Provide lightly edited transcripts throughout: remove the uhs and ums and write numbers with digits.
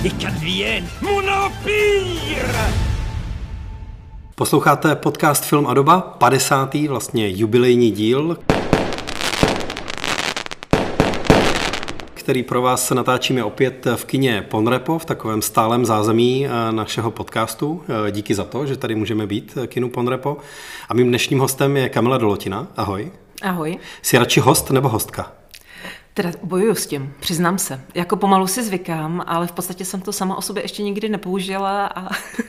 et qu'advienne mon empire! Posloucháte podcast Film a doba, 50. vlastně jubilejní díl, který pro vás natáčíme opět v kině Ponrepo, v takovém stálem zázemí našeho podcastu. Díky za to, že tady můžeme být kinu Ponrepo. A mým dnešním hostem je Kamila Dolotina. Ahoj. Ahoj. Jsi radši host nebo hostka? Teda bojuju s tím, přiznám se. Jako pomalu si zvykám, ale v podstatě jsem to sama o sobě ještě nikdy nepoužila a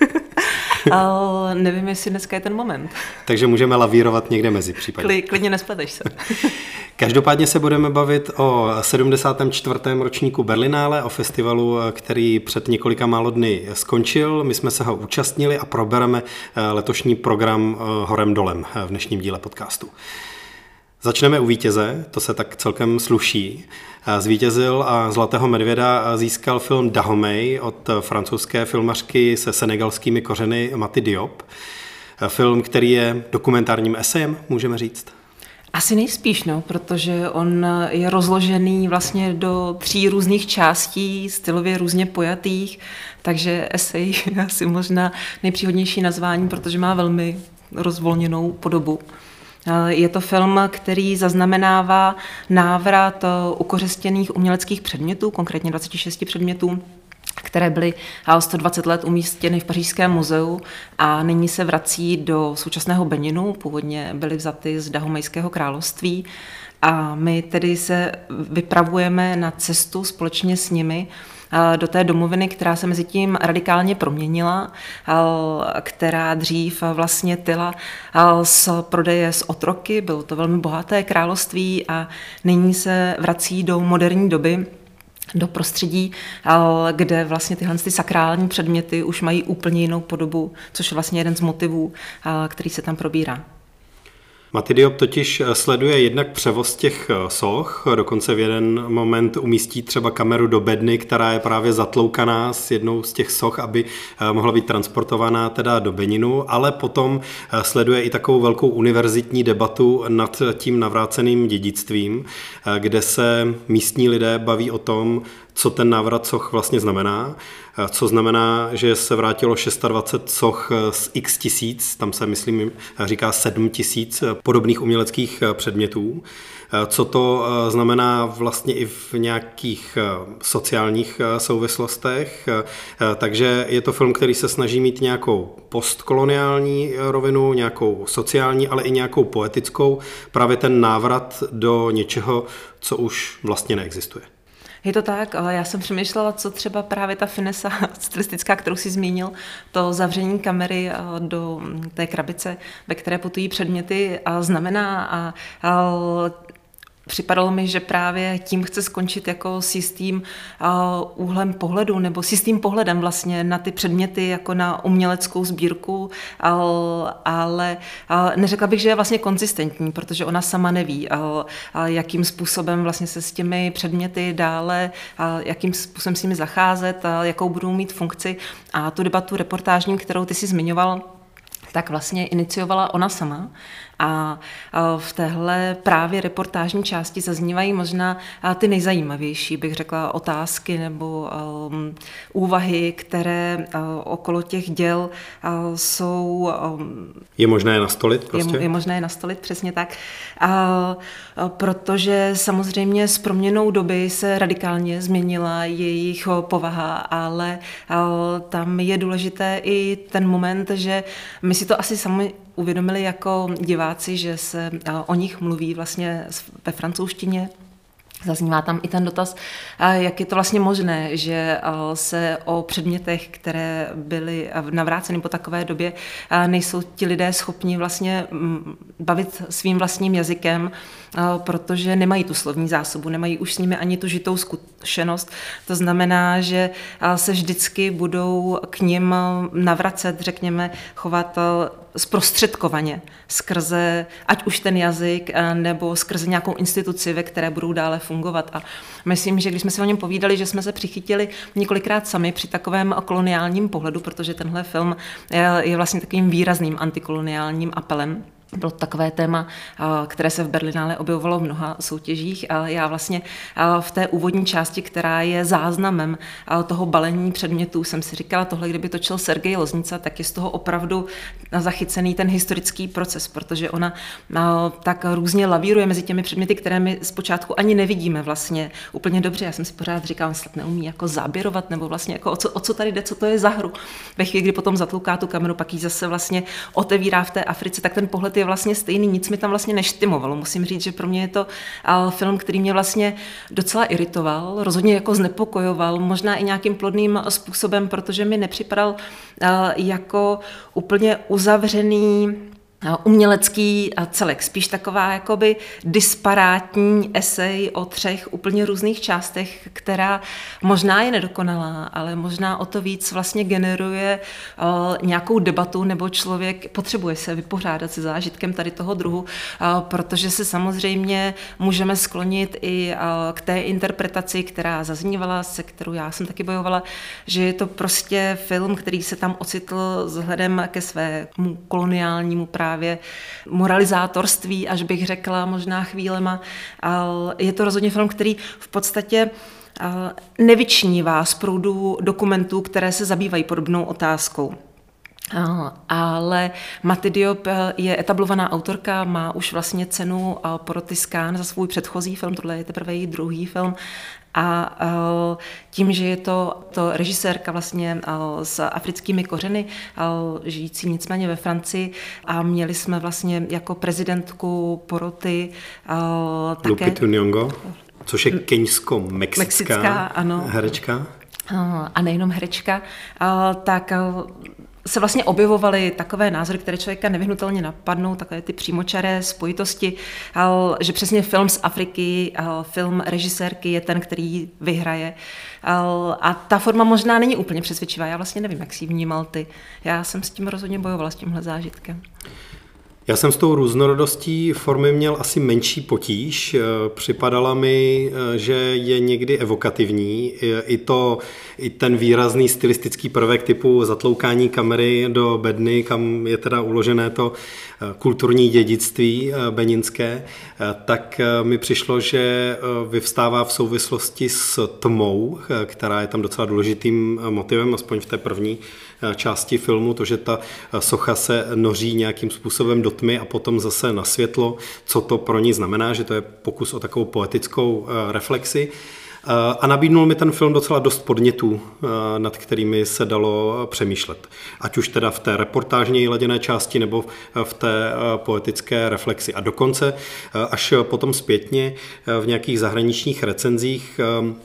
ale nevím, jestli dneska je ten moment. Takže můžeme lavírovat někde mezi případně. Klidně nespleteš se. Každopádně se budeme bavit o 74. ročníku Berlinále, o festivalu, který před několika málo dny skončil. My jsme se ho účastnili a probereme letošní program horem dolem v dnešním díle podcastu. Začneme u vítěze, to se tak celkem sluší. Zvítězil a Zlatého medvěda získal film Dahomey od francouzské filmařky se senegalskými kořeny Mati Diop. Film, který je dokumentárním esejem, můžeme říct. Asi nejspíš, protože on je rozložený vlastně do 3 různých částí, stylově různě pojatých, takže esej je asi možná nejpříhodnější nazvání, protože má velmi rozvolněnou podobu. Je to film, který zaznamenává návrat ukořistěných uměleckých předmětů, konkrétně 26 předmětů, které byly 120 let umístěny v Pařížském muzeu a nyní se vrací do současného Beninu, původně byly vzaty z Dahomeyského království a my tedy se vypravujeme na cestu společně s nimi do té domoviny, která se mezi tím radikálně proměnila, která dřív vlastně tyla z prodeje z otroky, bylo to velmi bohaté království a nyní se vrací do moderní doby, do prostředí, kde vlastně tyhle sakrální předměty už mají úplně jinou podobu, což je vlastně jeden z motivů, který se tam probírá. Mati Diop totiž sleduje jednak převoz těch soch, dokonce v jeden moment umístí třeba kameru do bedny, která je právě zatloukaná s jednou z těch soch, aby mohla být transportovaná teda do Beninu, ale potom sleduje i takovou velkou univerzitní debatu nad tím navráceným dědictvím, kde se místní lidé baví o tom, co ten návrat soch vlastně znamená, co znamená, že se vrátilo 26 soch z x tisíc, tam se myslím říká 7 tisíc podobných uměleckých předmětů, co to znamená vlastně i v nějakých sociálních souvislostech, takže je to film, který se snaží mít nějakou postkoloniální rovinu, nějakou sociální, ale i nějakou poetickou, právě ten návrat do něčeho, co už vlastně neexistuje. Je to tak, ale já jsem přemýšlela, co třeba právě ta finesa stylistická, kterou si zmínil, to zavření kamery do té krabice, ve které putují předměty, znamená a připadalo mi, že právě tím chce skončit jako s jistým úhlem pohledu nebo s jistým pohledem vlastně na ty předměty jako na uměleckou sbírku, ale neřekla bych, že je vlastně konzistentní, protože ona sama neví, jakým způsobem vlastně se s těmi předměty dále, jakým způsobem s nimi zacházet, jakou budou mít funkci a tu debatu reportážní, kterou ty jsi zmiňoval, tak vlastně iniciovala ona sama. A v téhle právě reportážní části zaznívají možná ty nejzajímavější, bych řekla, otázky nebo úvahy, které okolo těch děl jsou... Je možné je nastolit prostě? Je možné je nastolit, přesně tak. Protože samozřejmě s proměnou doby se radikálně změnila jejich povaha, ale tam je důležité i ten moment, že my si to asi sami uvědomili jako diváci, že se o nich mluví vlastně ve francouzštině. Zaznívá tam i ten dotaz, jak je to vlastně možné, že se o předmětech, které byly navráceny po takové době, nejsou ti lidé schopni vlastně bavit svým vlastním jazykem, protože nemají tu slovní zásobu, nemají už s nimi ani tu žitou zkušenost. To znamená, že se vždycky budou k nim navracet, řekněme, chovat zprostředkovaně skrze ať už ten jazyk, nebo skrze nějakou instituci, ve které budou dále fungovat. A myslím, že když jsme si o něm povídali, že jsme se přichytili několikrát sami při takovém koloniálním pohledu, protože tenhle film je vlastně takovým výrazným antikoloniálním apelem. Bylo to takové téma, které se v Berlinále objevovalo v mnoha soutěžích. A já vlastně v té úvodní části, která je záznamem toho balení předmětů, jsem si říkala, tohle, kdyby točil Sergej Loznica, tak je z toho opravdu zachycený ten historický proces, protože ona tak různě lavíruje mezi těmi předměty, které my zpočátku ani nevidíme vlastně úplně dobře. Já jsem si pořád říkala, on snad neumí jako záběrovat, nebo vlastně jako o co tady jde, co to je za hru. Ve chvíli, kdy potom zatlouká tu kameru, pak ji zase vlastně otevírá v té Africe, tak ten pohled je vlastně stejný, nic mi tam vlastně neštimovalo. Musím říct, že pro mě je to film, který mě vlastně docela iritoval, rozhodně jako znepokojoval, možná i nějakým plodným způsobem, protože mi nepřipadal jako úplně uzavřený umělecký celek, spíš taková jakoby disparátní esej o 3 úplně různých částech, která možná je nedokonalá, ale možná o to víc vlastně generuje nějakou debatu, nebo člověk potřebuje se vypořádat se zážitkem tady toho druhu, protože se samozřejmě můžeme sklonit i k té interpretaci, která zaznívala, se kterou já jsem taky bojovala, že je to prostě film, který se tam ocitl vzhledem ke svému koloniálnímu právě moralizátorství, až bych řekla možná chvílema. Je to rozhodně film, který v podstatě nevyčnívá z proudu dokumentů, které se zabývají podobnou otázkou. Ale Mati Diop je etablovaná autorka, má už vlastně cenu Poroty z Cannes za svůj předchozí film, tohle je teprve její druhý film. A tím, že je to režisérka vlastně s africkými kořeny, žijící nicméně ve Francii, a měli jsme vlastně jako prezidentku Poroty také... Lupita Nyong'o, což je keňsko-mexická herečka. A nejenom herečka, tak se vlastně objevovaly takové názory, které člověka nevyhnutelně napadnou, takové ty přímočaré spojitosti, že přesně film z Afriky, film režisérky je ten, který vyhraje. A ta forma možná není úplně přesvědčivá. Já vlastně nevím, jak si ji vnímal ty. Já jsem s tím rozhodně bojovala, s tímhle zážitkem. Já jsem s tou různorodostí formy měl asi menší potíž. Připadala mi, že je někdy evokativní. I ten výrazný stylistický prvek typu zatloukání kamery do bedny, kam je teda uložené to kulturní dědictví beninské, tak mi přišlo, že vyvstává v souvislosti s tmou, která je tam docela důležitým motivem, aspoň v té první části filmu, to, že ta socha se noří nějakým způsobem do tmy a potom zase na světlo, co to pro ní znamená, že to je pokus o takovou poetickou reflexi. A nabídnul mi ten film docela dost podnětů, nad kterými se dalo přemýšlet. Ať už teda v té reportážní laděné části nebo v té poetické reflexi. A dokonce až potom zpětně v nějakých zahraničních recenzích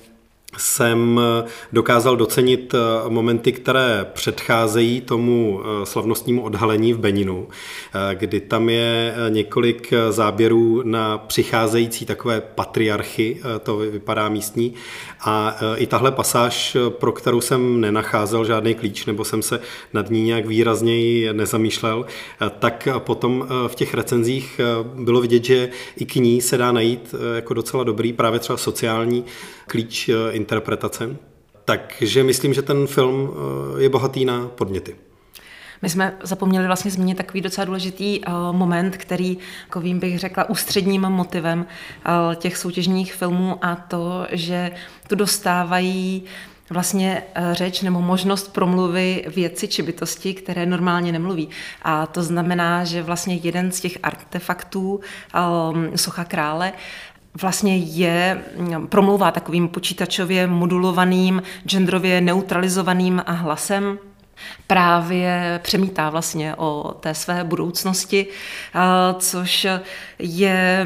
jsem dokázal docenit momenty, které předcházejí tomu slavnostnímu odhalení v Beninu, kdy tam je několik záběrů na přicházející takové patriarchy, to vypadá místní, a i tahle pasáž, pro kterou jsem nenacházel žádný klíč, nebo jsem se nad ní nějak výrazněji nezamýšlel, tak potom v těch recenzích bylo vidět, že i k ní se dá najít jako docela dobrý právě třeba sociální klíč interpretace. Takže myslím, že ten film je bohatý na podněty. My jsme zapomněli vlastně zmínit takový docela důležitý moment, který, takovým bych řekla, ústředním motivem těch soutěžních filmů, a to, že tu dostávají vlastně řeč nebo možnost promluvy věci či bytosti, které normálně nemluví. A to znamená, že vlastně jeden z těch artefaktů socha krále vlastně promluvá takovým počítačově modulovaným, genderově neutralizovaným hlasem. Právě přemítá vlastně o té své budoucnosti, což je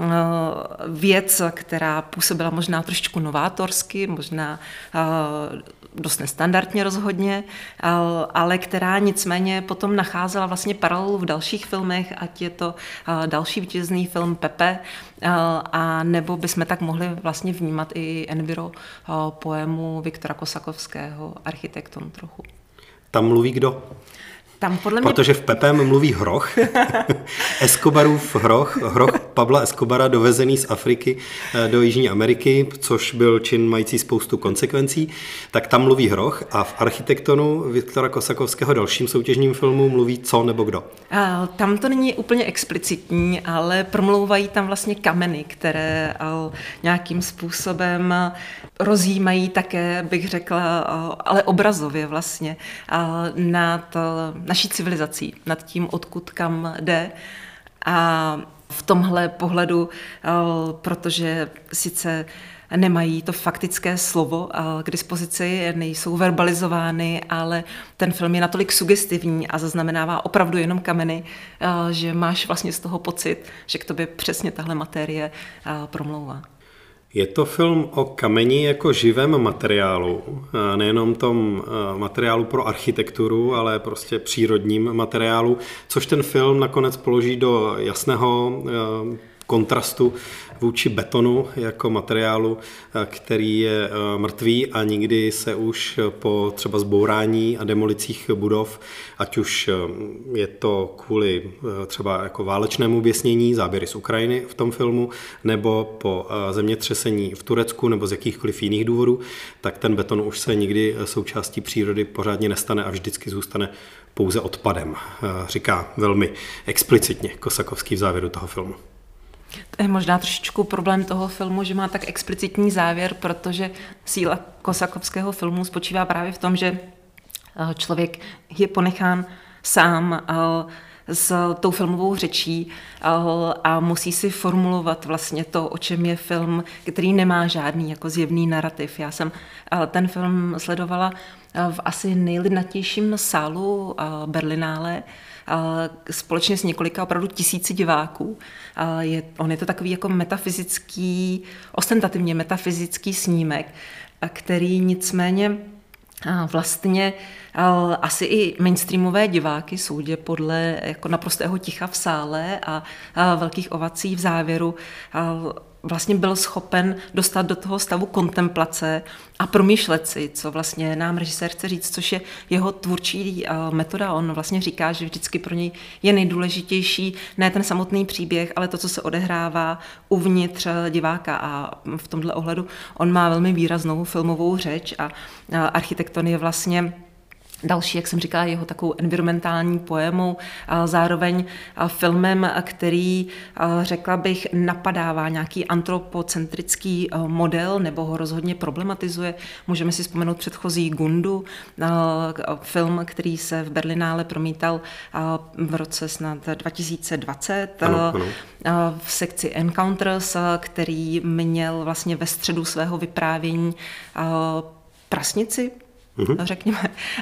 věc, která působila možná trošičku novátorsky, možná dost nestandardně rozhodně, ale která nicméně potom nacházela vlastně paralelu v dalších filmech, ať je to další vítězný film Pepe, a nebo bychom tak mohli vlastně vnímat i enviro poému Viktora Kosakovského Architekton trochu. Tam mluví kdo? Tam podle mě... Protože v Pepem mluví hroch, Escobarův hroch Pabla Escobara dovezený z Afriky do Jižní Ameriky, což byl čin mající spoustu konsekvencí, tak tam mluví hroch a v Architektonu Viktora Kosakovského dalším soutěžním filmu mluví co nebo kdo? Tam to není úplně explicitní, ale promlouvají tam vlastně kameny, které nějakým způsobem rozjímají také, bych řekla, ale obrazově vlastně, nad naší civilizací, nad tím, odkud kam jde. A v tomhle pohledu, protože sice nemají to faktické slovo k dispozici, nejsou verbalizovány, ale ten film je natolik sugestivní a zaznamenává opravdu jenom kameny, že máš vlastně z toho pocit, že k tobě přesně tahle materie promlouvá. Je to film o kameni jako živém materiálu, nejenom tom materiálu pro architekturu, ale prostě přírodním materiálu, což ten film nakonec položí do jasného kontrastu vůči betonu jako materiálu, který je mrtvý a nikdy se už po třeba zbourání a demolicích budov, ať už je to kvůli třeba jako válečnému oběsnění, záběry z Ukrajiny v tom filmu, nebo po zemětřesení v Turecku nebo z jakýchkoliv jiných důvodů, tak ten beton už se nikdy součástí přírody pořádně nestane a vždycky zůstane pouze odpadem, říká velmi explicitně Kosakovský v závěru toho filmu. To je možná trošičku problém toho filmu, že má tak explicitní závěr, protože síla Kosakovského filmu spočívá právě v tom, že člověk je ponechán sám s tou filmovou řečí a musí si formulovat vlastně to, o čem je film, který nemá žádný jako zjevný narrativ. Já jsem ten film sledovala v asi nejlidnatějším sálu Berlinále, společně s několika opravdu tisíci diváků. On je to takový jako metafyzický, ostentativně metafyzický snímek, který nicméně vlastně asi i mainstreamové diváky soudě podle jako naprostého ticha v sále a velkých ovací v závěru vlastně byl schopen dostat do toho stavu kontemplace a promýšlet si, co vlastně nám režisér chce říct, což je jeho tvůrčí metoda. On vlastně říká, že vždycky pro něj je nejdůležitější ne ten samotný příběh, ale to, co se odehrává uvnitř diváka a v tomhle ohledu on má velmi výraznou filmovou řeč a Architekton je vlastně další, jak jsem říkala, jeho takovou environmentální poémou, a zároveň filmem, který, řekla bych, napadává nějaký antropocentrický model nebo ho rozhodně problematizuje. Můžeme si vzpomenout předchozí Gundu, film, který se v Berlinále promítal v roce snad 2020 ano. v sekci Encounters, který měl vlastně ve středu svého vyprávění prasnici, řekněme,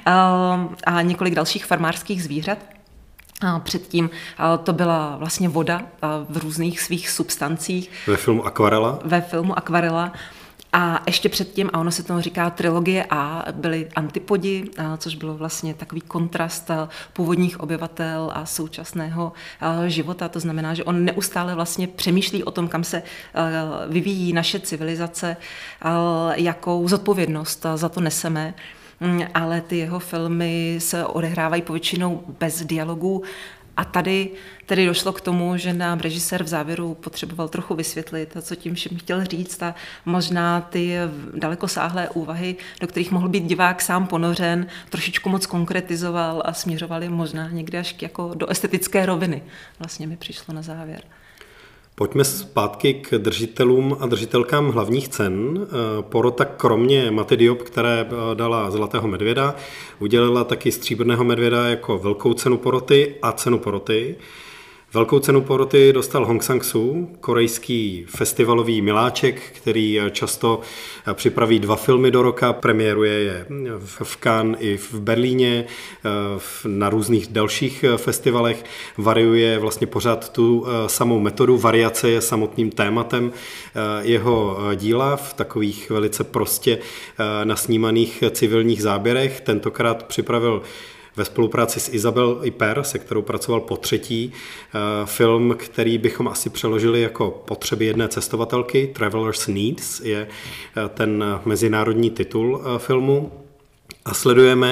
a několik dalších farmářských zvířat. Předtím to byla vlastně voda v různých svých substancích. Ve filmu Akvarela. A ještě předtím, a ono se tomu říká trilogie A, byly antipodi, což bylo vlastně takový kontrast původních obyvatel a současného života. To znamená, že on neustále vlastně přemýšlí o tom, kam se vyvíjí naše civilizace, jakou zodpovědnost za to neseme. Ale ty jeho filmy se odehrávají povětšinou bez dialogů. A tady tedy došlo k tomu, že nám režisér v závěru potřeboval trochu vysvětlit, co tím všem chtěl říct a možná ty dalekosáhlé úvahy, do kterých mohl být divák sám ponořen, trošičku moc konkretizoval a směřovali možná někdy až jako do estetické roviny. Vlastně mi přišlo na závěr. Pojďme zpátky k držitelům a držitelkám hlavních cen. Porota kromě Maty Diop, které dala Zlatého medvěda, udělila taky Stříbrného medvěda jako velkou cenu poroty a cenu poroty. Velkou cenu poroty dostal Hong Sang-soo, korejský festivalový miláček, který často připraví 2 filmy do roka, premiéruje je v Cannes i v Berlíně, na různých dalších festivalech, variuje vlastně pořád tu samou metodu, variace je samotným tématem jeho díla v takových velice prostě nasnímaných civilních záběrech. Tentokrát připravil ve spolupráci s Isabelle Huppert, se kterou pracoval potřetí, film, který bychom asi přeložili jako Potřeby jedné cestovatelky, Traveler's Needs, je ten mezinárodní titul filmu. A sledujeme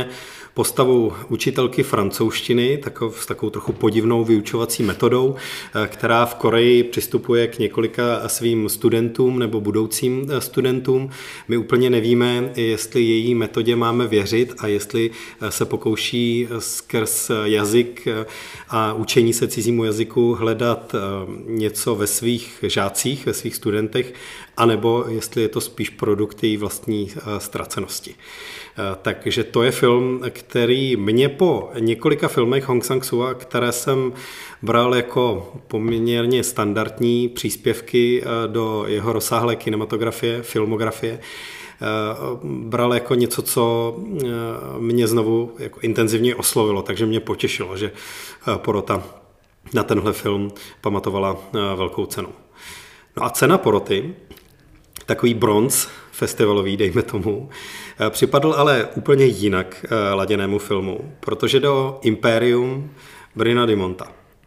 postavu učitelky francouzštiny, s takovou trochu podivnou vyučovací metodou, která v Koreji přistupuje k několika svým studentům nebo budoucím studentům. My úplně nevíme, jestli její metodě máme věřit a jestli se pokouší skrz jazyk a učení se cizímu jazyku hledat něco ve svých žácích, ve svých studentech, anebo jestli je to spíš produkt její vlastní ztracenosti. Takže to je film, který mě po několika filmech Hong Sang-sua, které jsem bral jako poměrně standardní příspěvky do jeho rozsáhlé kinematografie, filmografie, bral jako něco, co mě znovu jako intenzivně oslovilo, takže mě potěšilo, že porota na tenhle film pamatovala velkou cenu. No a cena poroty, takový bronz festivalový, dejme tomu, připadl ale úplně jinak laděnému filmu, protože do Imperium Brina Di Monta.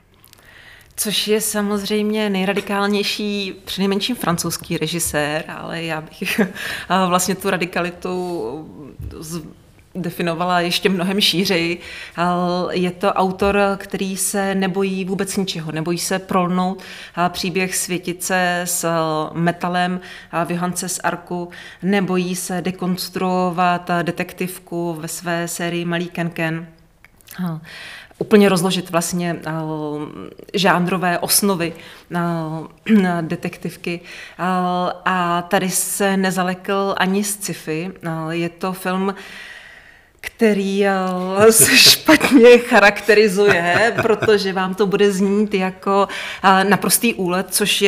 Což je samozřejmě nejradikálnější, přinejmenším francouzský režisér, ale já bych vlastně tu radikalitu definovala ještě mnohem šířeji. Je to autor, který se nebojí vůbec ničeho, nebojí se prolnout příběh světice s metalem v Johance z Arku, nebojí se dekonstruovat detektivku ve své sérii Malý Ken. Úplně rozložit vlastně žánrové osnovy detektivky. A tady se nezalekl ani sci-fi. Je to film, který se špatně charakterizuje, protože vám to bude znít jako naprostý úlet,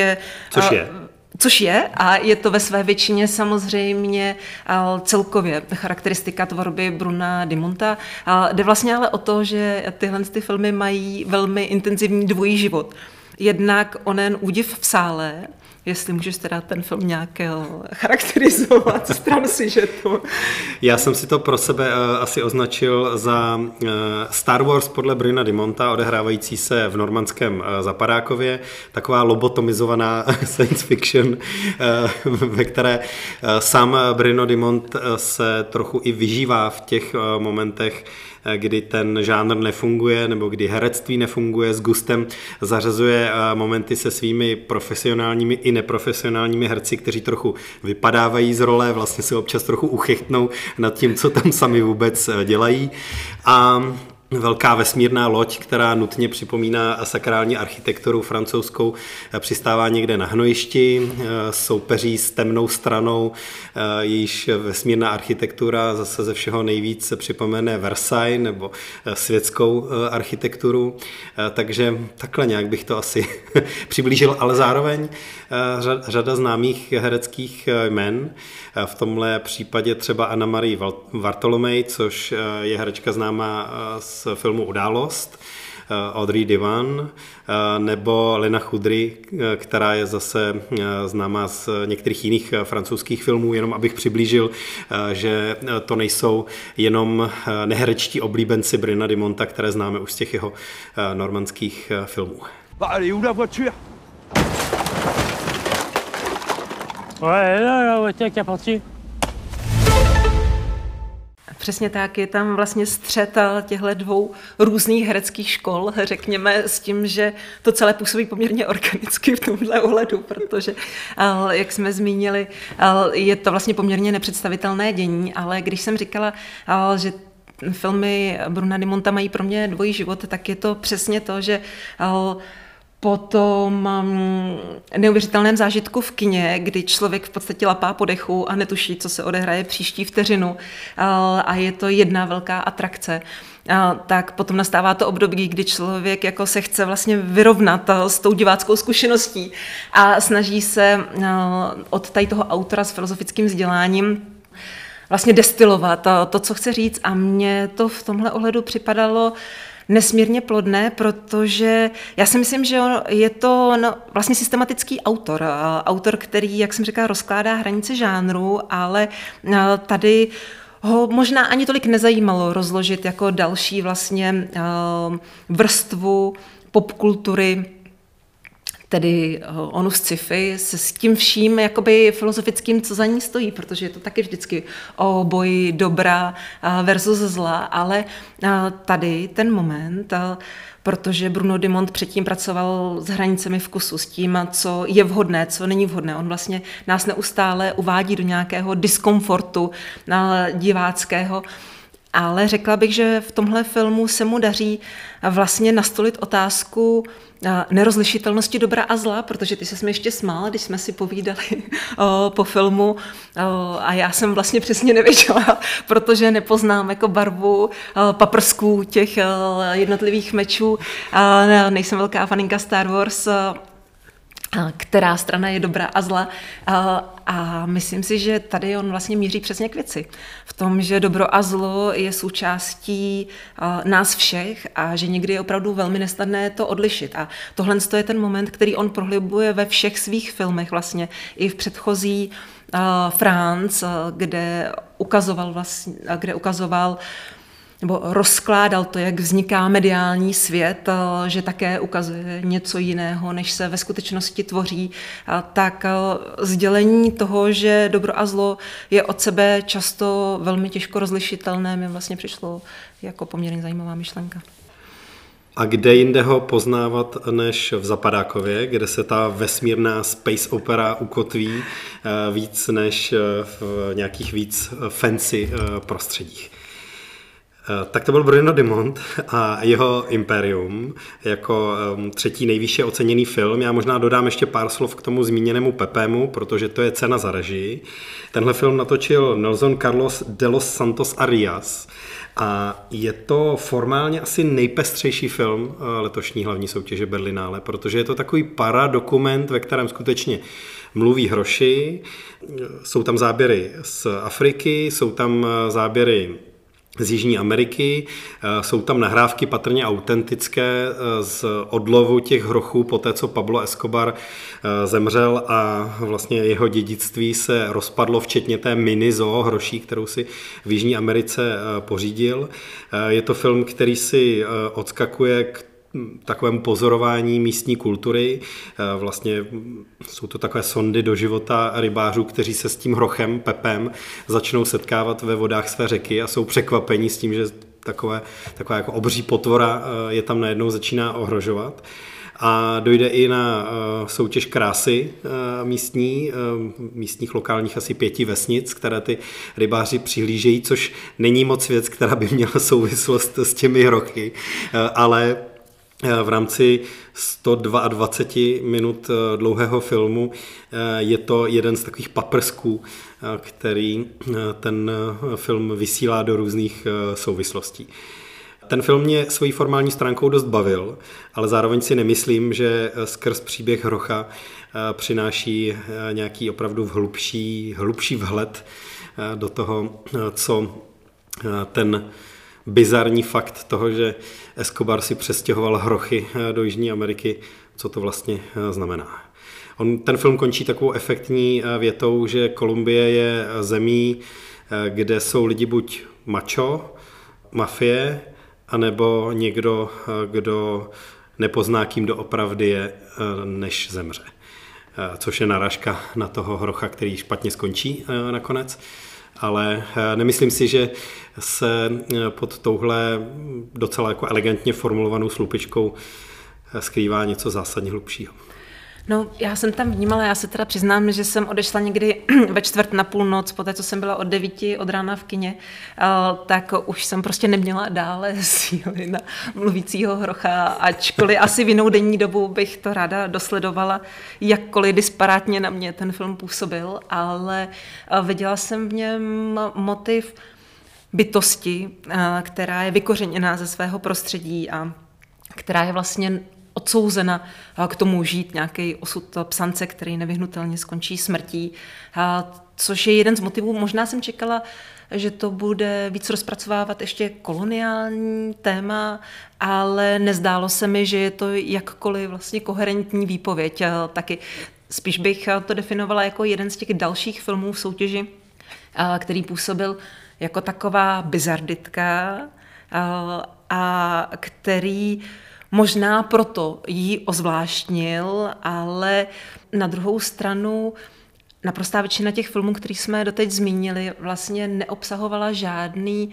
což je a je to ve své většině samozřejmě celkově charakteristika tvorby Bruna Di Monta. Jde vlastně ale o to, že tyhle filmy mají velmi intenzivní dvojí život. Jednak onen údiv v sále, jestli můžeš teda ten film nějak charakterizovat stran sižetu. Já jsem si to pro sebe asi označil za Star Wars podle Brina Di Monta, odehrávající se v normandském Zapadákově, taková lobotomizovaná science fiction, ve které sám Brino Di Mont se trochu i vyžívá v těch momentech, kdy ten žánr nefunguje nebo kdy herectví nefunguje, s gustem zařazuje momenty se svými profesionálními i neprofesionálními herci, kteří trochu vypadávají z role, vlastně se občas trochu uchechtnou nad tím, co tam sami vůbec dělají. A velká vesmírná loď, která nutně připomíná sakrální architekturu francouzskou, přistává někde na hnojišti, soupeří s temnou stranou, jejíž vesmírná architektura zase ze všeho nejvíc připomene Versailles nebo světskou architekturu. Takže takhle nějak bych to asi přiblížil, ale zároveň řada známých hereckých jmen. V tomhle případě třeba Anna-Marie Bartolomej, což je herečka známá z filmu Událost, Audrey Divan, nebo Lena Choudry, která je zase známá z některých jiných francouzských filmů, jenom abych přiblížil, že to nejsou jenom neherečtí oblíbenci Brina Di Monta, které známe už z těch jeho normandských filmů. Přesně tak, je tam vlastně střet těchto dvou různých hereckých škol, řekněme, s tím, že to celé působí poměrně organicky v tomhle ohledu, protože, jak jsme zmínili, je to vlastně poměrně nepředstavitelné dění, ale když jsem říkala, že filmy Bruna Di Monta mají pro mě dvojí život, tak je to přesně to, že po tom neuvěřitelném zážitku v kině, kdy člověk v podstatě lapá po dechu a netuší, co se odehraje příští vteřinu a je to jedna velká atrakce, tak potom nastává to období, kdy člověk jako se chce vlastně vyrovnat s tou diváckou zkušeností a snaží se od tady toho autora s filozofickým vzděláním vlastně destilovat to, co chce říct, a mně to v tomhle ohledu připadalo nesmírně plodné, protože já si myslím, že je to vlastně systematický autor, který, jak jsem říkala, rozkládá hranice žánru, ale tady ho možná ani tolik nezajímalo rozložit jako další vlastně vrstvu popkultury, tedy onu sci-fi se s tím vším jakoby filozofickým, co za ní stojí, protože je to taky vždycky o boji dobra versus zla, ale tady ten moment, protože Bruno Dumont předtím pracoval s hranicemi vkusu, s tím, co je vhodné, co není vhodné. On vlastně nás neustále uvádí do nějakého diskomfortu diváckého, ale řekla bych, že v tomhle filmu se mu daří vlastně nastolit otázku nerozlišitelnosti dobra a zla, protože ty se mi ještě smál, když jsme si povídali po filmu a já jsem vlastně přesně nevěděla, protože nepoznám jako barvu paprsků těch jednotlivých mečů. Nejsem velká faninka Star Wars, která strana je dobrá a zla. A myslím si, že tady on vlastně míří přesně k věci. V tom, že dobro a zlo je součástí nás všech a že někdy je opravdu velmi nesnadné to odlišit. A tohle je ten moment, který on prohlibuje ve všech svých filmech vlastně. I v předchozí France, kde ukazoval nebo rozkládal to, jak vzniká mediální svět, že také ukazuje něco jiného, než se ve skutečnosti tvoří, tak sdělení toho, že dobro a zlo je od sebe často velmi těžko rozlišitelné, mi vlastně přišlo jako poměrně zajímavá myšlenka. A kde jinde ho poznávat než v Zapadákově, kde se ta vesmírná space opera ukotví víc než v nějakých víc fancy prostředích. Tak to byl Bruno Dumont a jeho Imperium jako třetí nejvýše oceněný film. Já možná dodám ještě pár slov k tomu zmíněnému Pepému, protože to je cena za režii. Tenhle film natočil Nelson Carlos de los Santos Arias a je to formálně asi nejpestřejší film letošní hlavní soutěže Berlinále, protože je to takový paradokument, ve kterém skutečně mluví hroši, jsou tam záběry z Afriky, jsou tam záběry z Jižní Ameriky, jsou tam nahrávky patrně autentické z odlovu těch hrochů po té, co Pablo Escobar zemřel a vlastně jeho dědictví se rozpadlo, včetně té mini zoo hroší, kterou si v Jižní Americe pořídil. Je to film, který si odskakuje k takovému pozorování místní kultury. Vlastně jsou to takové sondy do života rybářů, kteří se s tím hrochem, Pepem, začnou setkávat ve vodách své řeky a jsou překvapení s tím, že taková jako obří potvora je tam najednou začíná ohrožovat. A dojde i na soutěž krásy místních lokálních asi 5 vesnic, které ty rybáři přihlížejí, což není moc věc, která by měla souvislost s těmi hrochy, ale v rámci 122 minut dlouhého filmu je to jeden z takových paprsků, který ten film vysílá do různých souvislostí. Ten film mě svojí formální stránkou dost bavil, ale zároveň si nemyslím, že skrz příběh hrocha přináší nějaký opravdu hlubší vhled do toho, co ten bizarní fakt toho, že Escobar si přestěhoval hrochy do Jižní Ameriky, co to vlastně znamená. Ten film končí takovou efektní větou, že Kolumbie je zemí, kde jsou lidi buď macho, mafie, anebo někdo, kdo nepozná, kým doopravdy je, než zemře. Což je narážka na toho hrocha, který špatně skončí nakonec. Ale nemyslím si, že se pod touhle docela jako elegantně formulovanou slupičkou skrývá něco zásadně hlubšího. No, já jsem tam vnímala, já se teda přiznám, že jsem odešla někdy ve 4:45, poté co jsem byla od 9 od rána v kině, tak už jsem prostě neměla dále síly na mluvícího hrocha, ačkoliv asi v jinou denní dobu bych to ráda dosledovala, jakkoliv disparátně na mě ten film působil, ale viděla jsem v něm motiv bytosti, která je vykořeněná ze svého prostředí a která je vlastně odsouzena k tomu žít nějaký osud psance, který nevyhnutelně skončí smrtí, což je jeden z motivů. Možná jsem čekala, že to bude víc rozpracovávat ještě koloniální téma, ale nezdálo se mi, že je to jakkoliv vlastně koherentní výpověď. Taky spíš bych to definovala jako jeden z těch dalších filmů v soutěži, který působil jako taková bizarditka a který možná proto ji ozvláštnil, ale na druhou stranu naprostá většina těch filmů, které jsme doteď zmínili, vlastně neobsahovala žádný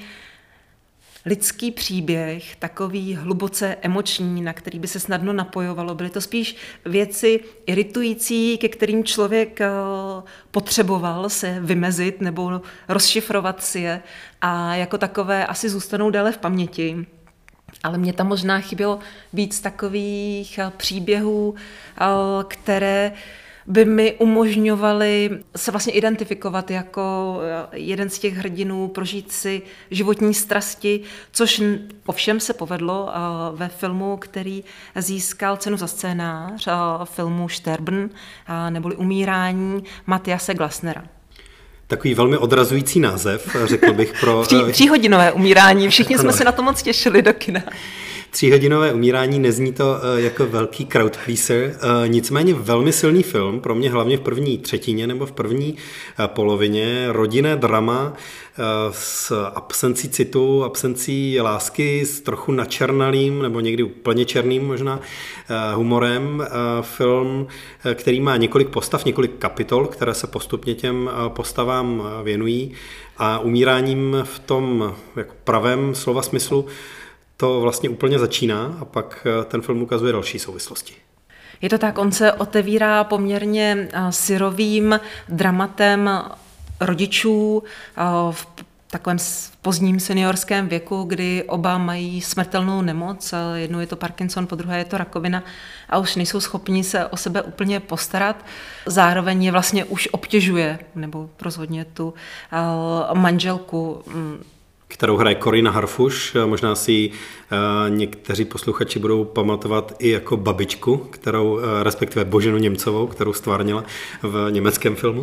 lidský příběh, takový hluboce emoční, na který by se snadno napojovalo. Byly to spíš věci iritující, ke kterým člověk potřeboval se vymezit nebo rozšifrovat si je a jako takové asi zůstanou déle v paměti. Ale mě tam možná chybělo víc takových příběhů, které by mi umožňovaly se vlastně identifikovat jako jeden z těch hrdinů, prožít si životní strasti, což ovšem se povedlo ve filmu, který získal cenu za scénář, filmu Sterben, neboli Umírání Mathiase Glasnera. Takový velmi odrazující název, řekl bych pro... Tříhodinové umírání, všichni jsme se na to moc těšili do kina. 3hodinové umírání, nezní to jako velký crowd pleaser, nicméně velmi silný film, pro mě hlavně v první třetině nebo v první polovině, rodinné drama s absencí citu, absencí lásky, s trochu načernalým nebo někdy úplně černým možná humorem. Film, který má několik postav, několik kapitol, které se postupně těm postavám věnují a umíráním v tom jako pravém slova smyslu to vlastně úplně začíná a pak ten film ukazuje další souvislosti. Je to tak, on se otevírá poměrně syrovým dramatem rodičů v takovém pozdním seniorském věku, kdy oba mají smrtelnou nemoc. Jednou je to Parkinson, po druhé je to rakovina a už nejsou schopni se o sebe úplně postarat. Zároveň je vlastně už obtěžuje, nebo rozhodně tu manželku, kterou hraje Corina Harfush. Možná si ji někteří posluchači budou pamatovat i jako babičku, kterou, respektive Boženu Němcovou, kterou stvárnila v německém filmu.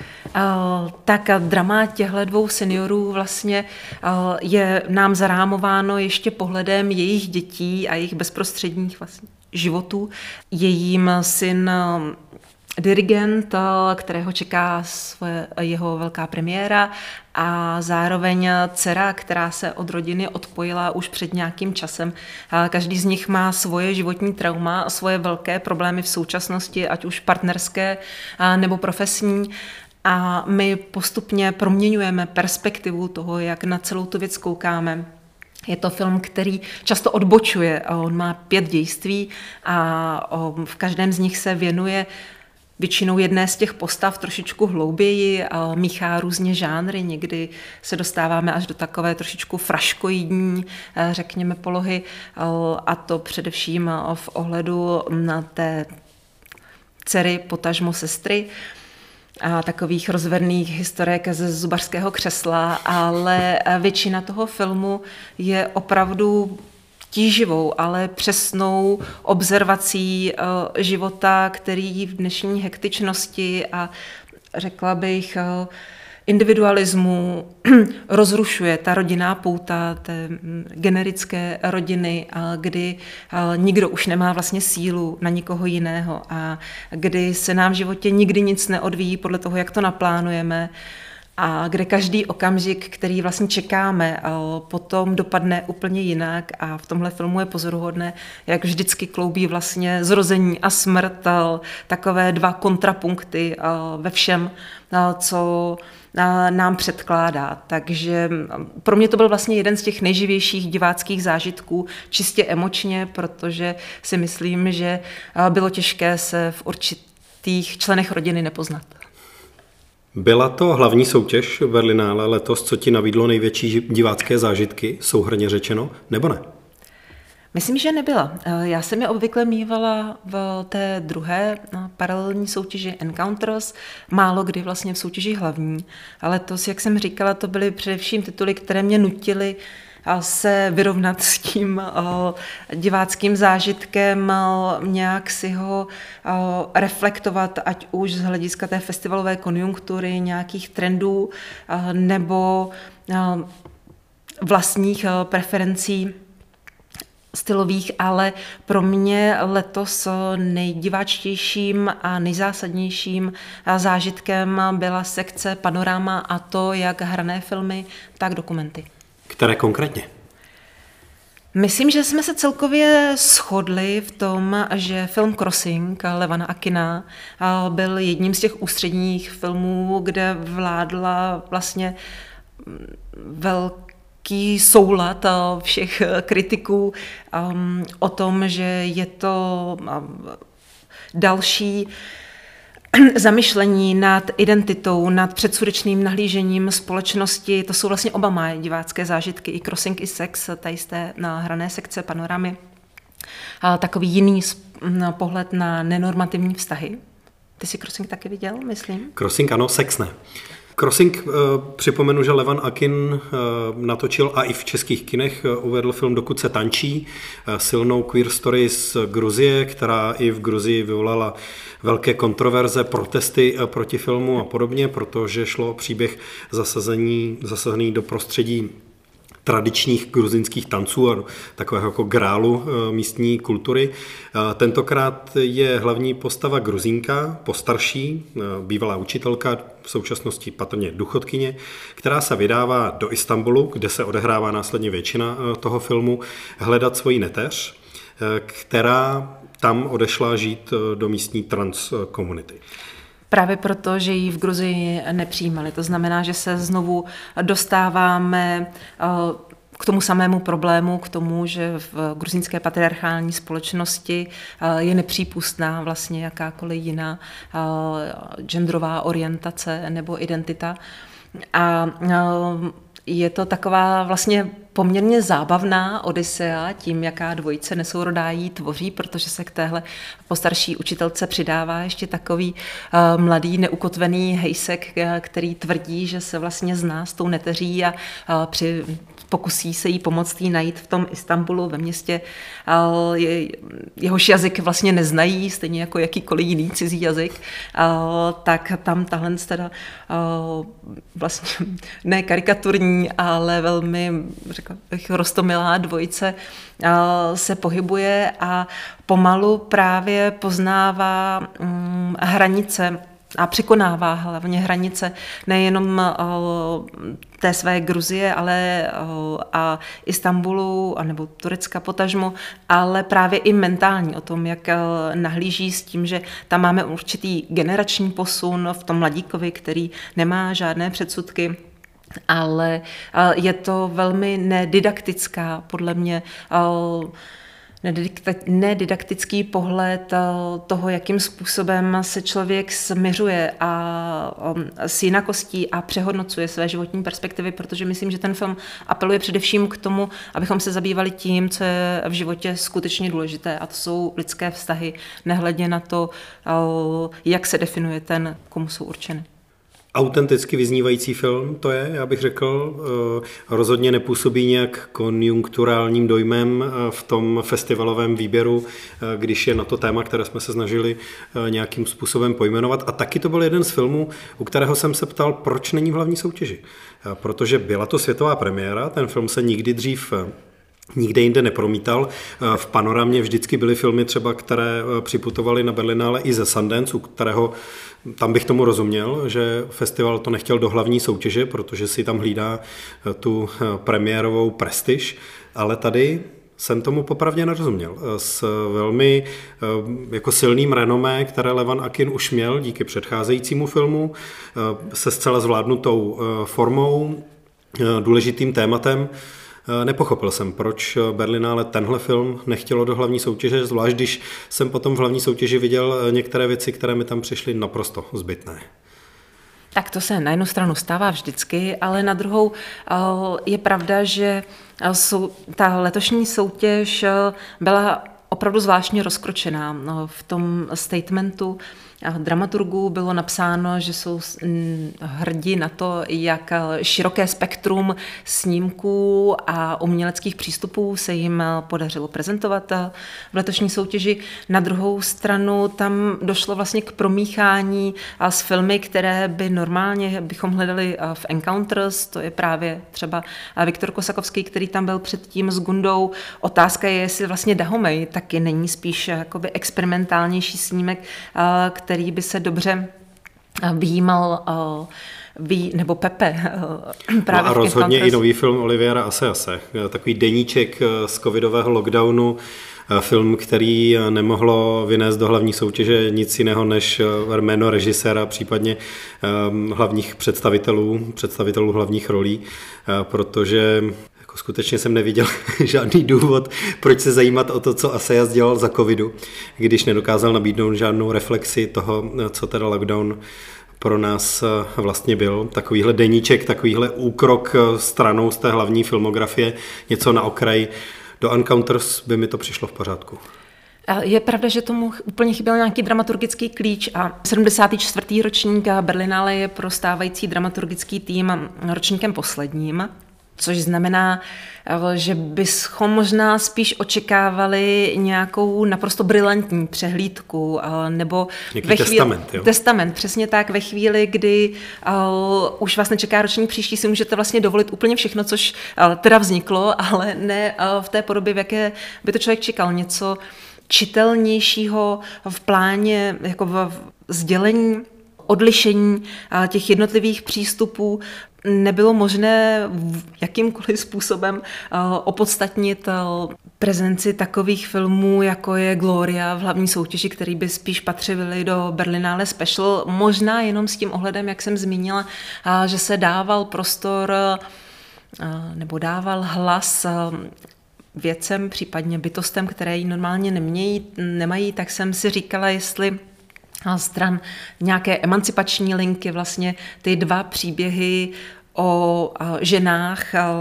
Tak drama těchto dvou seniorů vlastně je nám zarámováno ještě pohledem jejich dětí a jejich bezprostředních vlastně životů. Jejím syn dirigent, kterého čeká jeho velká premiéra a zároveň dcera, která se od rodiny odpojila už před nějakým časem. Každý z nich má svoje životní trauma a svoje velké problémy v současnosti, ať už partnerské nebo profesní. A my postupně proměňujeme perspektivu toho, jak na celou tu věc koukáme. Je to film, který často odbočuje. On má 5 dějství a v každém z nich se věnuje většinou jedné z těch postav trošičku hlouběji a míchá různě žánry. Někdy se dostáváme až do takové trošičku fraškoidní, řekněme, polohy, a to především v ohledu na té dcery, potažmo sestry, a takových rozverných historek ze zubařského křesla, ale většina toho filmu je opravdu tíživou, ale přesnou observací života, který v dnešní hektičnosti a řekla bych individualismu rozrušuje ta rodinná pouta té generické rodiny, kdy nikdo už nemá vlastně sílu na nikoho jiného a kdy se nám v životě nikdy nic neodvíjí podle toho, jak to naplánujeme, a kde každý okamžik, který vlastně čekáme, potom dopadne úplně jinak a v tomhle filmu je pozoruhodné, jak vždycky kloubí vlastně zrození a smrt, takové 2 kontrapunkty ve všem, co nám předkládá. Takže pro mě to byl vlastně jeden z těch nejživějších diváckých zážitků, čistě emočně, protože si myslím, že bylo těžké se v určitých členech rodiny nepoznat. Byla to hlavní soutěž Berlinále letos, co ti nabídlo největší divácké zážitky, souhrnně řečeno, nebo ne? Myslím, že nebyla. Já jsem je obvykle mívala v té druhé paralelní soutěži Encounters, málo kdy vlastně v soutěži hlavní. Ale letos, jak jsem říkala, to byly především tituly, které mě nutily se vyrovnat s tím diváckým zážitkem, nějak si ho reflektovat, ať už z hlediska té festivalové konjunktury, nějakých trendů nebo vlastních preferencí stylových, ale pro mě letos nejdiváčtějším a nejzásadnějším zážitkem byla sekce Panorama, a to jak hrané filmy, tak dokumenty. Které konkrétně? Myslím, že jsme se celkově shodli v tom, že film Crossing Levana Akina byl jedním z těch ústředních filmů, kde vládla vlastně velký soulad všech kritiků o tom, že je to další zamyšlení nad identitou, nad předsudečným nahlížením společnosti. To jsou vlastně oba moje divácké zážitky, i Crossing, i Sex, tady z té hrané sekce Panoramy. Takový jiný pohled na nenormativní vztahy. Ty jsi Crossing taky viděl, myslím? Crossing ano, Sex ne. Crossing, připomenu, že Levan Akin natočil a i v českých kinech uvedl film Dokud se tančí, silnou queer story z Gruzie, která i v Gruzii vyvolala velké kontroverze, protesty proti filmu a podobně, protože šlo o příběh zasazený do prostředí tradičních gruzinských tanců a takového jako grálu místní kultury. Tentokrát je hlavní postava Gruzínka, postarší, bývalá učitelka, v současnosti patrně důchodkyně, která se vydává do Istanbulu, kde se odehrává následně většina toho filmu, hledat svoji neteř, která tam odešla žít do místní trans komunity. Právě proto, že ji v Gruzii nepřijímali. To znamená, že se znovu dostáváme k tomu samému problému, k tomu, že v gruzínské patriarchální společnosti je nepřípustná vlastně jakákoliv jiná genderová orientace nebo identita. A je to taková vlastně poměrně zábavná odysea tím, jaká dvojice nesourodá jí tvoří, protože se k téhle postarší učitelce přidává ještě takový mladý, neukotvený hejsek, který tvrdí, že se vlastně zná s tou neteří a pokusí se jí pomoct jí najít v tom Istanbulu, ve městě, jehož jazyk vlastně neznají, stejně jako jakýkoliv jiný cizí jazyk, tak tam tahle teda vlastně ne karikaturní, ale velmi, řekla bych, roztomilá dvojice se pohybuje a pomalu právě poznává hranice a překonává hlavně hranice nejenom té své Gruzie, ale a Istanbulu, anebo Turecka potažmo, ale právě i mentální o tom, jak nahlíží s tím, že tam máme určitý generační posun v tom mladíkovi, který nemá žádné předsudky, ale je to velmi nedidaktická, podle mě, nedidaktický pohled toho, jakým způsobem se člověk smiřuje a s jinakostí a přehodnocuje své životní perspektivy, protože myslím, že ten film apeluje především k tomu, abychom se zabývali tím, co je v životě skutečně důležité, a to jsou lidské vztahy, nehledě na to, jak se definuje ten, komu jsou určeny. Autenticky vyznívající film to je, já bych řekl, rozhodně nepůsobí nějak konjunkturálním dojmem v tom festivalovém výběru, když je na to téma, které jsme se snažili nějakým způsobem pojmenovat. A taky to byl jeden z filmů, u kterého jsem se ptal, proč není v hlavní soutěži. Protože byla to světová premiéra, ten film se nikdy dřív nikde jinde nepromítal. V Panoramě vždycky byly filmy třeba, které připutovaly na Berlinále i ze Sundance, u kterého tam bych tomu rozuměl, že festival to nechtěl do hlavní soutěže, protože si tam hlídá tu premiérovou prestiž, ale tady jsem tomu popravdě nerozuměl. S velmi jako silným renomé, které Levan Akin už měl díky předcházejícímu filmu, se zcela zvládnutou formou, důležitým tématem. Nepochopil jsem, proč Berlinále tenhle film nechtělo do hlavní soutěže, zvlášť když jsem potom v hlavní soutěži viděl některé věci, které mi tam přišly naprosto zbytné. Tak to se na jednu stranu stává vždycky, ale na druhou je pravda, že ta letošní soutěž byla opravdu zvláštně rozkročená. V tom statementu dramaturgů bylo napsáno, že jsou hrdí na to, jak široké spektrum snímků a uměleckých přístupů se jim podařilo prezentovat v letošní soutěži. Na druhou stranu tam došlo vlastně k promíchání s filmy, které by normálně bychom hledali v Encounters, to je právě třeba Viktor Kosakovský, který tam byl předtím s Gundou. Otázka je, jestli vlastně Dahomey taky není spíš jakoby experimentálnější snímek, který by se dobře vyjímal nebo Pepe. Právě a rozhodně i nový film Oliviera Assayase, takový deníček z covidového lockdownu, film, který nemohlo vynést do hlavní soutěže nic jiného než jméno režiséra, případně hlavních představitelů hlavních rolí, protože jako skutečně jsem neviděl žádný důvod, proč se zajímat o to, co Assayas dělal za covidu, když nedokázal nabídnout žádnou reflexi toho, co teda lockdown pro nás vlastně byl. Takovýhle deníček, takovýhle úkrok stranou z té hlavní filmografie, něco na okraji. Do Encounters by mi to přišlo v pořádku. Je pravda, že tomu úplně chyběl nějaký dramaturgický klíč a 74. ročník Berlinále je pro stávající dramaturgický tým ročníkem posledním, což znamená, že bychom možná spíš očekávali nějakou naprosto brilantní přehlídku nebo testament, přesně tak, ve chvíli, kdy už vás nečeká ročník příští, si můžete vlastně dovolit úplně všechno, což teda vzniklo, ale ne v té podobě, v jaké by to člověk čekal. Něco čitelnějšího v pláně, jako v sdělení, odlišení těch jednotlivých přístupů nebylo možné jakýmkoliv způsobem opodstatnit prezenci takových filmů, jako je Gloria v hlavní soutěži, který by spíš patřily do Berlinale Special. Možná jenom s tím ohledem, jak jsem zmínila, že se dával prostor nebo dával hlas věcem, případně bytostem, které ji normálně nemají, tak jsem si říkala, jestli stran nějaké emancipační linky, vlastně ty dva příběhy o ženách,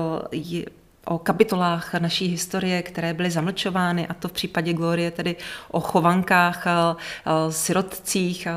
o kapitolách naší historie, které byly zamlčovány, a to v případě Glorie tedy o chovankách, sirotcích,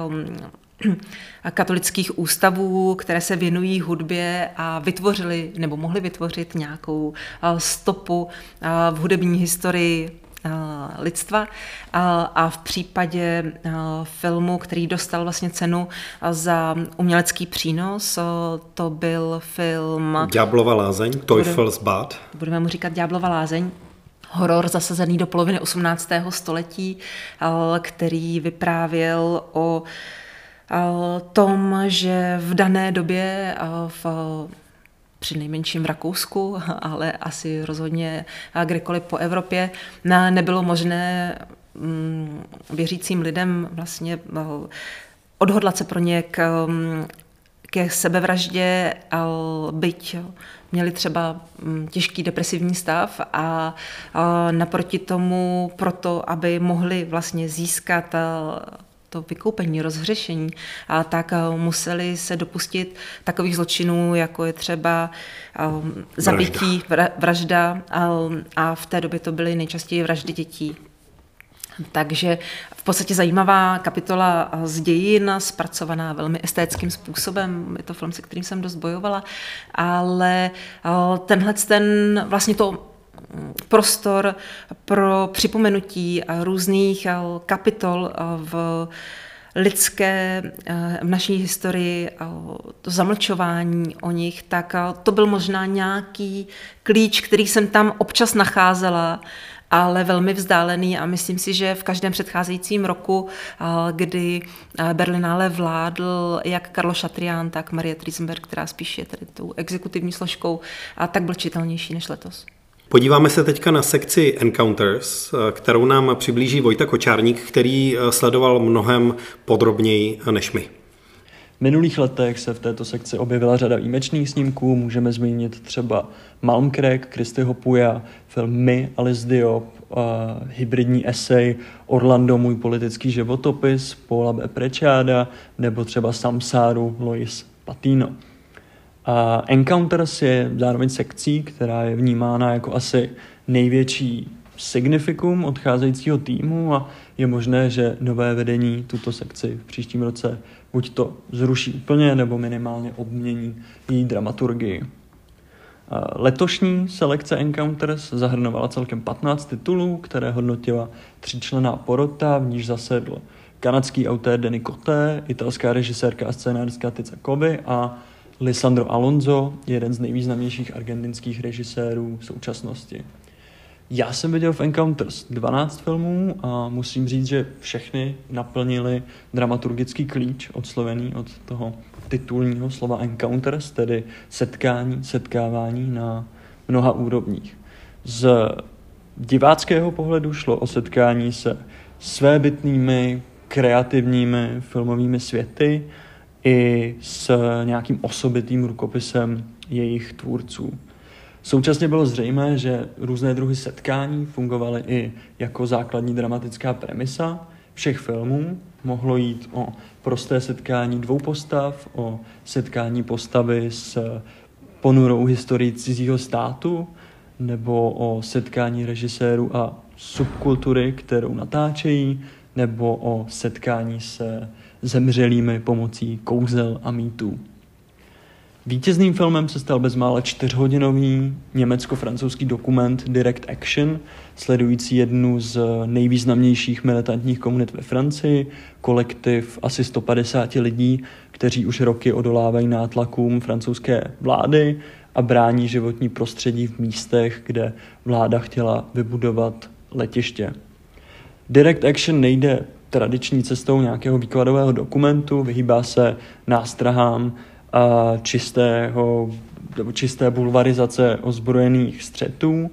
katolických ústavů, které se věnují hudbě a vytvořili nebo mohli vytvořit nějakou stopu v hudební historii lidstva. A v případě filmu, který dostal vlastně cenu za umělecký přínos, to byl film Ďáblova lázeň, Teufelsbad. Budeme mu říkat Ďáblova lázeň. Horor zasazený do poloviny 18. století, který vyprávěl o tom, že v dané době přinejmenším v Rakousku, ale asi rozhodně kdekoliv po Evropě, nebylo možné věřícím lidem vlastně odhodlat se pro ně ke sebevraždě, byť měli třeba těžký depresivní stav a naproti tomu proto, aby mohli vlastně získat to vykoupení, rozhřešení, tak museli se dopustit takových zločinů, jako je třeba zabití, vražda a v té době to byly nejčastěji vraždy dětí. Takže v podstatě zajímavá kapitola z dějin, zpracovaná velmi estetickým způsobem. Je to film, se kterým jsem dost bojovala, ale vlastně to prostor pro připomenutí různých kapitol v v naší historii, to zamlčování o nich, tak to byl možná nějaký klíč, který jsem tam občas nacházela, ale velmi vzdálený, a myslím si, že v každém předcházejícím roku, kdy Berlinále vládl jak Karlo Chatrian, tak Marie Triesenberg, která spíš je tady tou exekutivní složkou, tak byl čitelnější než letos. Podíváme se teďka na sekci Encounters, kterou nám přiblíží Vojta Kočárník, který sledoval mnohem podrobněji než my. V minulých letech se v této sekci objevila řada výjimečných snímků, můžeme zmínit třeba Malmkrek, Christyho Puya, film My, Alice Diop, hybridní esej Orlando, můj politický životopis, Paula B. Preciada, nebo třeba Samsáru, Lois Patino. Encounters je zároveň sekcí, která je vnímána jako asi největší signifikum odcházejícího týmu a je možné, že nové vedení tuto sekci v příštím roce buď to zruší úplně, nebo minimálně obmění její dramaturgii. Letošní selekce Encounters zahrnovala celkem 15 titulů, které hodnotila 3členná porota, v níž zasedl kanadský autor Denis Coté, italská režisérka a scénáristka Tica Kobe a Lisandro Alonso, jeden z nejvýznamnějších argentinských režisérů v současnosti. Já jsem viděl v Encounters 12 filmů a musím říct, že všechny naplnili dramaturgický klíč odslovený od toho titulního slova Encounters, tedy setkání, setkávání na mnoha úrovních. Z diváckého pohledu šlo o setkání se svébytnými, kreativními filmovými světy i s nějakým osobitým rukopisem jejich tvůrců. Současně bylo zřejmé, že různé druhy setkání fungovaly i jako základní dramatická premisa všech filmů. Mohlo jít o prosté setkání dvou postav, o setkání postavy s ponurou historií cizího státu, nebo o setkání režisérů a subkultury, kterou natáčejí, nebo o setkání se zemřelými pomocí kouzel a mýtů. Vítězným filmem se stal bezmála 4hodinový německo-francouzský dokument Direct Action, sledující jednu z nejvýznamnějších militantních komunit ve Francii, kolektiv asi 150 lidí, kteří už roky odolávají nátlakům francouzské vlády a brání životní prostředí v místech, kde vláda chtěla vybudovat letiště. Direct Action nejde tradiční cestou nějakého výkladového dokumentu, vyhýbá se nástrahám a čisté bulvarizace ozbrojených střetů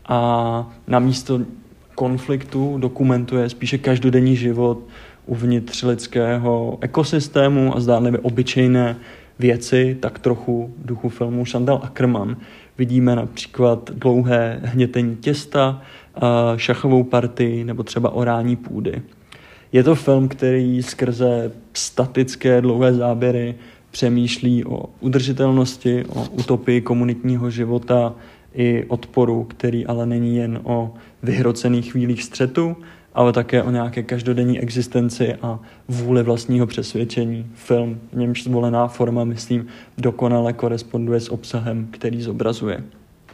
a namísto konfliktu dokumentuje spíše každodenní život uvnitř lidského ekosystému a zdánlivě obyčejné věci, tak trochu v duchu filmu Chantal Akerman. Vidíme například dlouhé hnětení těsta, šachovou partii nebo třeba orání půdy. Je to film, který skrze statické dlouhé záběry přemýšlí o udržitelnosti, o utopii komunitního života i odporu, který ale není jen o vyhrocených chvílích střetu, ale také o nějaké každodenní existenci a vůli vlastního přesvědčení. Film, v němž zvolená forma, myslím, dokonale koresponduje s obsahem, který zobrazuje.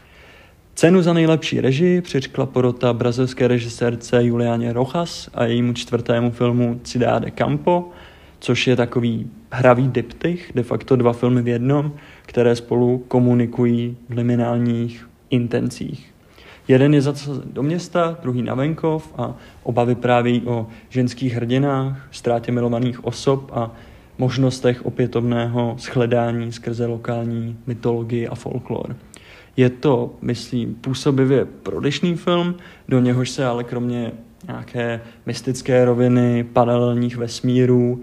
Cenu za nejlepší režii přiřkla porota brazilské režisérce Julianě Rojas a jejímu 4. filmu Cidade de Campo, což je takový hravý diptych, de facto 2 filmy v jednom, které spolu komunikují v liminálních intencích. Jeden je zasazen do města, druhý na venkov a oba vypráví o ženských hrdinách, ztrátě milovaných osob a možnostech opětovného shledání skrze lokální mytologii a folklor. Je to, myslím, působivě prodyšný film, do něhož se ale kromě nějaké mystické roviny, paralelních vesmírů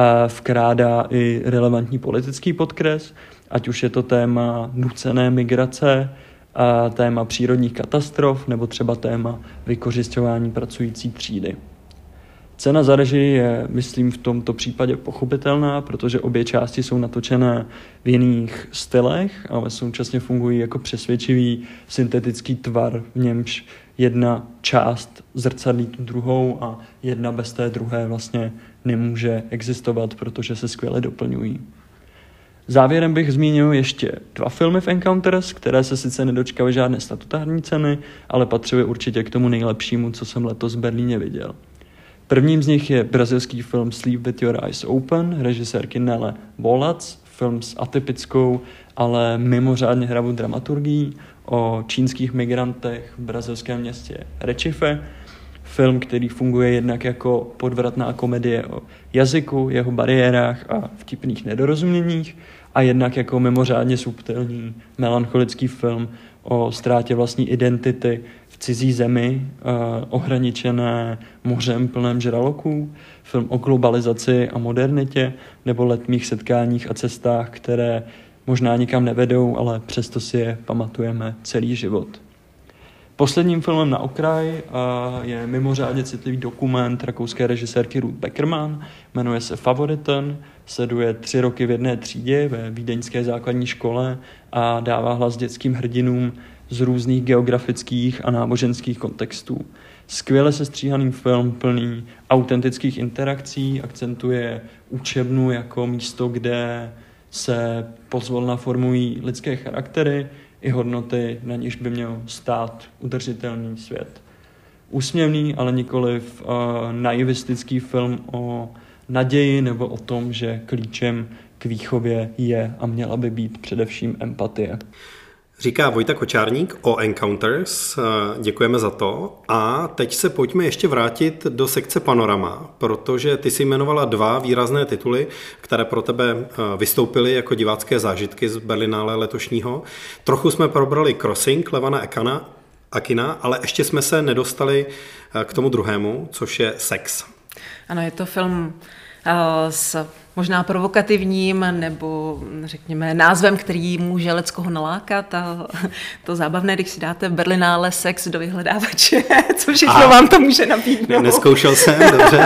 vkrádá i relevantní politický podkres, ať už je to téma nucené migrace, téma přírodních katastrof nebo třeba téma vykořisťování pracující třídy. Cena za režii je, myslím, v tomto případě pochopitelná, protože obě části jsou natočené v jiných stylech, ale současně fungují jako přesvědčivý syntetický tvar, v němž jedna část zrcadlí tu druhou a jedna bez té druhé vlastně nemůže existovat, protože se skvěle doplňují. Závěrem bych zmínil ještě 2 filmy v Encounters, které se sice nedočkaly žádné statutární ceny, ale patřily určitě k tomu nejlepšímu, co jsem letos v Berlíně viděl. Prvním z nich je brazilský film Sleep with Your Eyes Open, režisérky Nele Bolatz, film s atypickou, ale mimořádně hravou dramaturgií o čínských migrantech v brazilském městě Recife. Film, který funguje jednak jako podvratná komedie o jazyku, jeho bariérách a vtipných nedorozuměních a jednak jako mimořádně subtilní, melancholický film o ztrátě vlastní identity v cizí zemi, ohraničené mořem plném žraloků, film o globalizaci a modernitě nebo letmých setkáních a cestách, které možná nikam nevedou, ale přesto si je pamatujeme celý život. Posledním filmem na okraj je mimořádně citlivý dokument rakouské režisérky Ruth Beckermann, jmenuje se Favoriten, sleduje 3 roky v jedné třídě ve vídeňské základní škole a dává hlas dětským hrdinům z různých geografických a náboženských kontextů. Skvěle sestříhaný film plný autentických interakcí, akcentuje učebnu jako místo, kde se pozvolna formují lidské charaktery i hodnoty, na nichž by měl stát udržitelný svět. Úsměvný, ale nikoliv naivistický film o naději nebo o tom, že klíčem k výchově je a měla by být především empatie. Říká Vojta Kočárník o Encounters, děkujeme za to. A teď se pojďme ještě vrátit do sekce Panorama, protože ty jsi jmenovala 2 výrazné tituly, které pro tebe vystoupily jako divácké zážitky z Berlinále letošního. Trochu jsme probrali Crossing Levana Akina, ale ještě jsme se nedostali k tomu druhému, což je Sex. Ano, je to film s možná provokativním nebo řekněme názvem, který může leckoho nalákat a to zábavné, když si dáte Berlinále Sex do vyhledávače, co všechno vám to může nabídnout. Neskoušel jsem, dobře.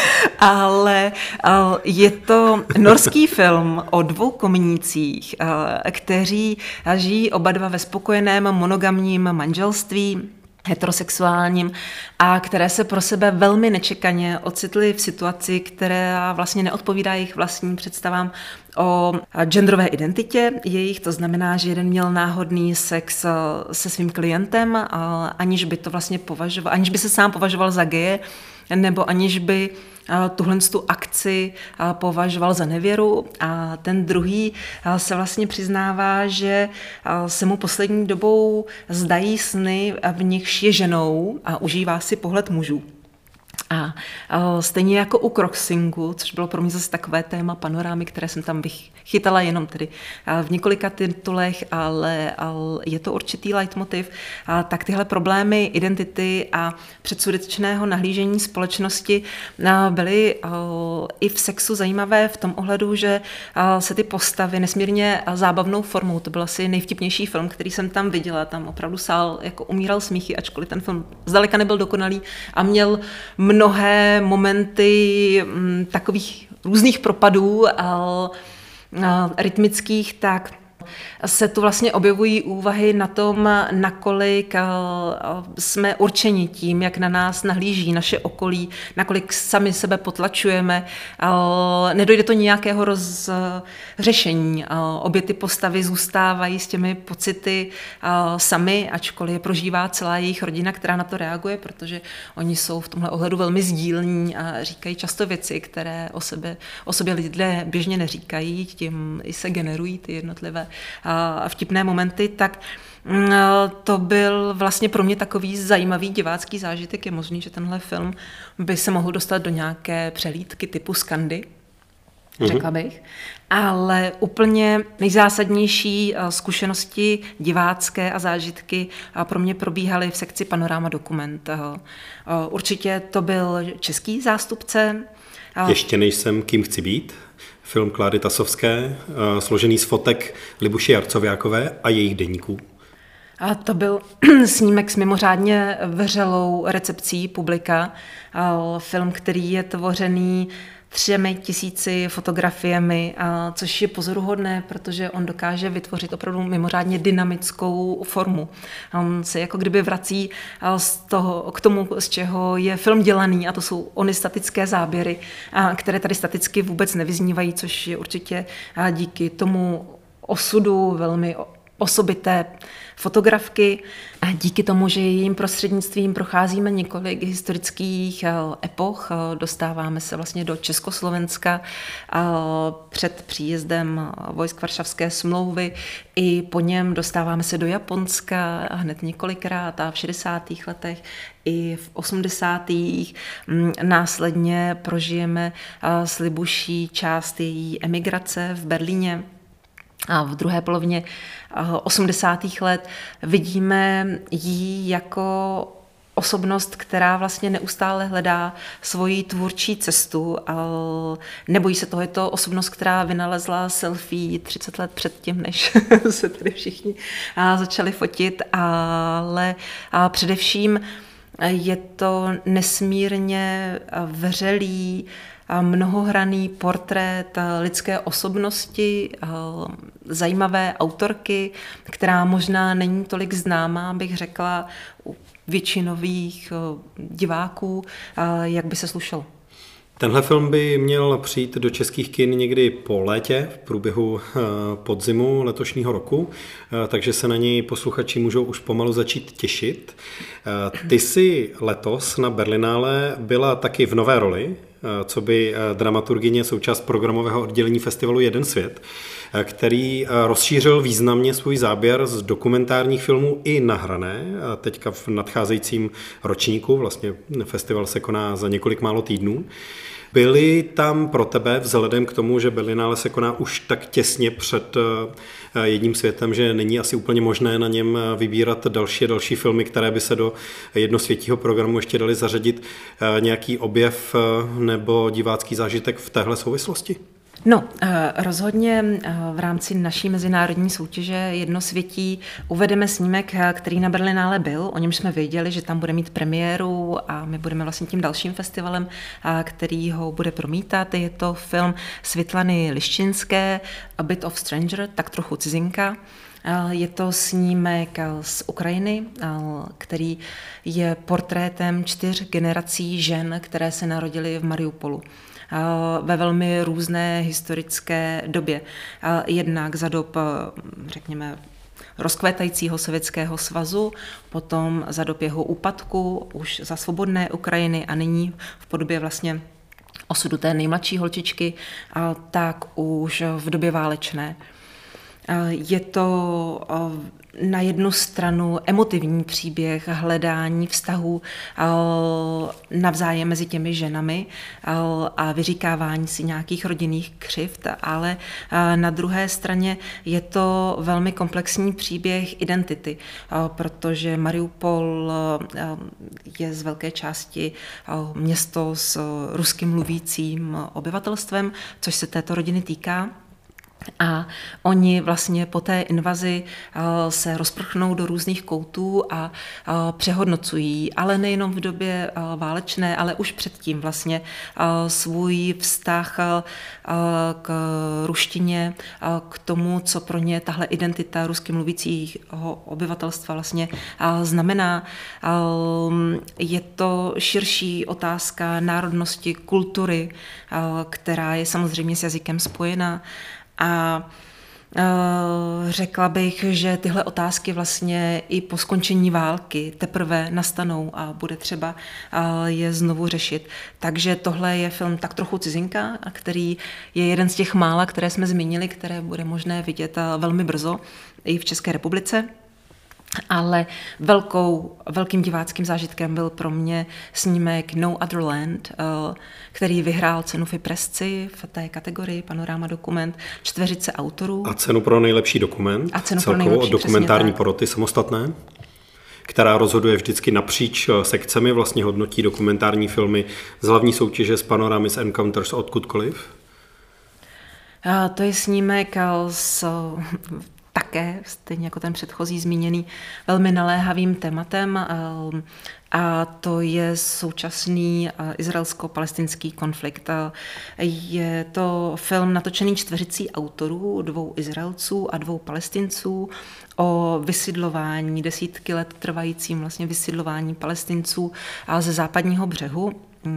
Ale je to norský film o 2 kominících, kteří žijí oba dva ve spokojeném monogamním manželství, heterosexuálním, a které se pro sebe velmi nečekaně ocitly v situaci, která vlastně neodpovídá jejich vlastním představám o genderové identitě jejich. To znamená, že jeden měl náhodný sex se svým klientem, aniž by to vlastně považoval, aniž by se sám považoval za geje, nebo aniž by tuhle akci považoval za nevěru, a ten druhý se vlastně přiznává, že se mu poslední dobou zdají sny, v nichž je ženou a užívá si pohled mužů. A stejně jako u Crossingu, což bylo pro mě zase takové téma panorámy, které jsem tam chytala jenom tedy v několika titulech, ale je to určitý leitmotiv, tak tyhle problémy identity a předsudečného nahlížení společnosti byly i v Sexu zajímavé v tom ohledu, že se ty postavy nesmírně zábavnou formou, to byl asi nejvtipnější film, který jsem tam viděla, tam opravdu sál jako umíral smíchy, ačkoliv ten film zdaleka nebyl dokonalý a měl mnohé momenty takových různých propadů rytmických, tak se tu vlastně objevují úvahy na tom, nakolik jsme určeni tím, jak na nás nahlíží naše okolí, nakolik sami sebe potlačujeme. Nedojde to nějakého rozřešení. Obě ty postavy zůstávají s těmi pocity sami, ačkoliv je prožívá celá jejich rodina, která na to reaguje, protože oni jsou v tomhle ohledu velmi sdílní a říkají často věci, které o sobě lidé běžně neříkají, tím i se generují ty jednotlivé vtipné momenty, tak to byl vlastně pro mě takový zajímavý divácký zážitek. Je možný, že tenhle film by se mohl dostat do nějaké přehlídky typu Skandy, řekla bych. Ale úplně nejzásadnější zkušenosti divácké a zážitky pro mě probíhaly v sekci Panorama Dokument. Určitě to byl český zástupce. Ještě než jsem Kým chci být, film Kláry Tasovské, složený z fotek Libuše Jarcoviákové a jejich deníků. A to byl snímek s mimořádně vřelou recepcí publika. Film, který je tvořený 3000 fotografiemi, což je pozoruhodné, protože on dokáže vytvořit opravdu mimořádně dynamickou formu. On se jako kdyby vrací k tomu, z čeho je film dělaný, a to jsou ony statické záběry, které tady staticky vůbec nevyznívají, což je určitě díky tomu osudu velmi osobité fotografky. A díky tomu, že jejím prostřednictvím procházíme několik historických epoch, dostáváme se vlastně do Československa před příjezdem vojsk Varšavské smlouvy, i po něm dostáváme se do Japonska hned několikrát a v 60. letech i v 80. Následně prožijeme s Libuší část její emigrace v Berlíně. A v druhé polovině 80. let vidíme ji jako osobnost, která vlastně neustále hledá svoji tvůrčí cestu. Nebojí se toho, je to osobnost, která vynalezla selfie 30 let předtím, než se tady všichni začali fotit, ale především je to nesmírně vřelý a mnohohranný portrét lidské osobnosti, zajímavé autorky, která možná není tolik známá, bych řekla, u většinových diváků, jak by se slušelo. Tenhle film by měl přijít do českých kin někdy po létě, v průběhu podzimu letošního roku, takže se na něj posluchači můžou už pomalu začít těšit. Ty jsi letos na Berlinále byla taky v nové roli, co by dramaturgyně součást programového oddělení festivalu Jeden svět, který rozšířil významně svůj záběr z dokumentárních filmů i nahrané. Teďka v nadcházejícím ročníku, vlastně festival se koná za několik málo týdnů. Byly tam pro tebe, vzhledem k tomu, že Berlinale se koná už tak těsně před Jedním světem, že není asi úplně možné na něm vybírat další filmy, které by se do jednosvětího programu ještě daly zařadit, nějaký objev nebo divácký zážitek v téhle souvislosti? No, rozhodně v rámci naší mezinárodní soutěže Jednosvětí uvedeme snímek, který na Berlinále byl, o němž jsme věděli, že tam bude mít premiéru a my budeme vlastně tím dalším festivalem, který ho bude promítat. Je to film Světlany Liščinské, A Bit of Stranger, tak trochu cizinka. Je to snímek z Ukrajiny, který je portrétem 4 generací žen, které se narodily v Mariupolu ve velmi různé historické době. Jednak za dob, řekněme, rozkvétajícího Sovětského svazu, potom za dob jeho úpadku, už za svobodné Ukrajiny a nyní v podobě vlastně osudu té nejmladší holčičky, tak už v době válečné. Je to na jednu stranu emotivní příběh hledání vztahů navzájem mezi těmi ženami a vyříkávání si nějakých rodinných křivd, ale na druhé straně je to velmi komplexní příběh identity, protože Mariupol je z velké části město s ruským mluvícím obyvatelstvem, což se této rodiny týká. A oni vlastně po té invazi se rozprchnou do různých koutů a přehodnocují, ale nejenom v době válečné, ale už předtím vlastně svůj vztah k ruštině, k tomu, co pro ně tahle identita rusky mluvícího obyvatelstva vlastně znamená. Je to širší otázka národnosti, kultury, která je samozřejmě s jazykem spojená. A řekla bych, že tyhle otázky vlastně i po skončení války teprve nastanou a bude třeba je znovu řešit. Takže tohle je film tak trochu cizinka, který je jeden z těch mála, které jsme zmínili, které bude možné vidět velmi brzo i v České republice. Ale velkým diváckým zážitkem byl pro mě snímek No Other Land, který vyhrál cenu FIPRESCI v té kategorii Panorama dokument, 4 autorů. A cenu pro nejlepší dokument, celkovou od dokumentární poroty samostatné, která rozhoduje vždycky napříč sekcemi, vlastně hodnotí dokumentární filmy z hlavní soutěže z Panorámy, z Encounters, odkudkoliv. To je snímek také, stejně jako ten předchozí zmíněný, velmi naléhavým tématem a to je současný izraelsko-palestinský konflikt. Je to film natočený 4 autorů, 2 Izraelců a 2 Palestinců o vysidlování, desítky let trvajícím vlastně vysidlování Palestinců ze západního břehu,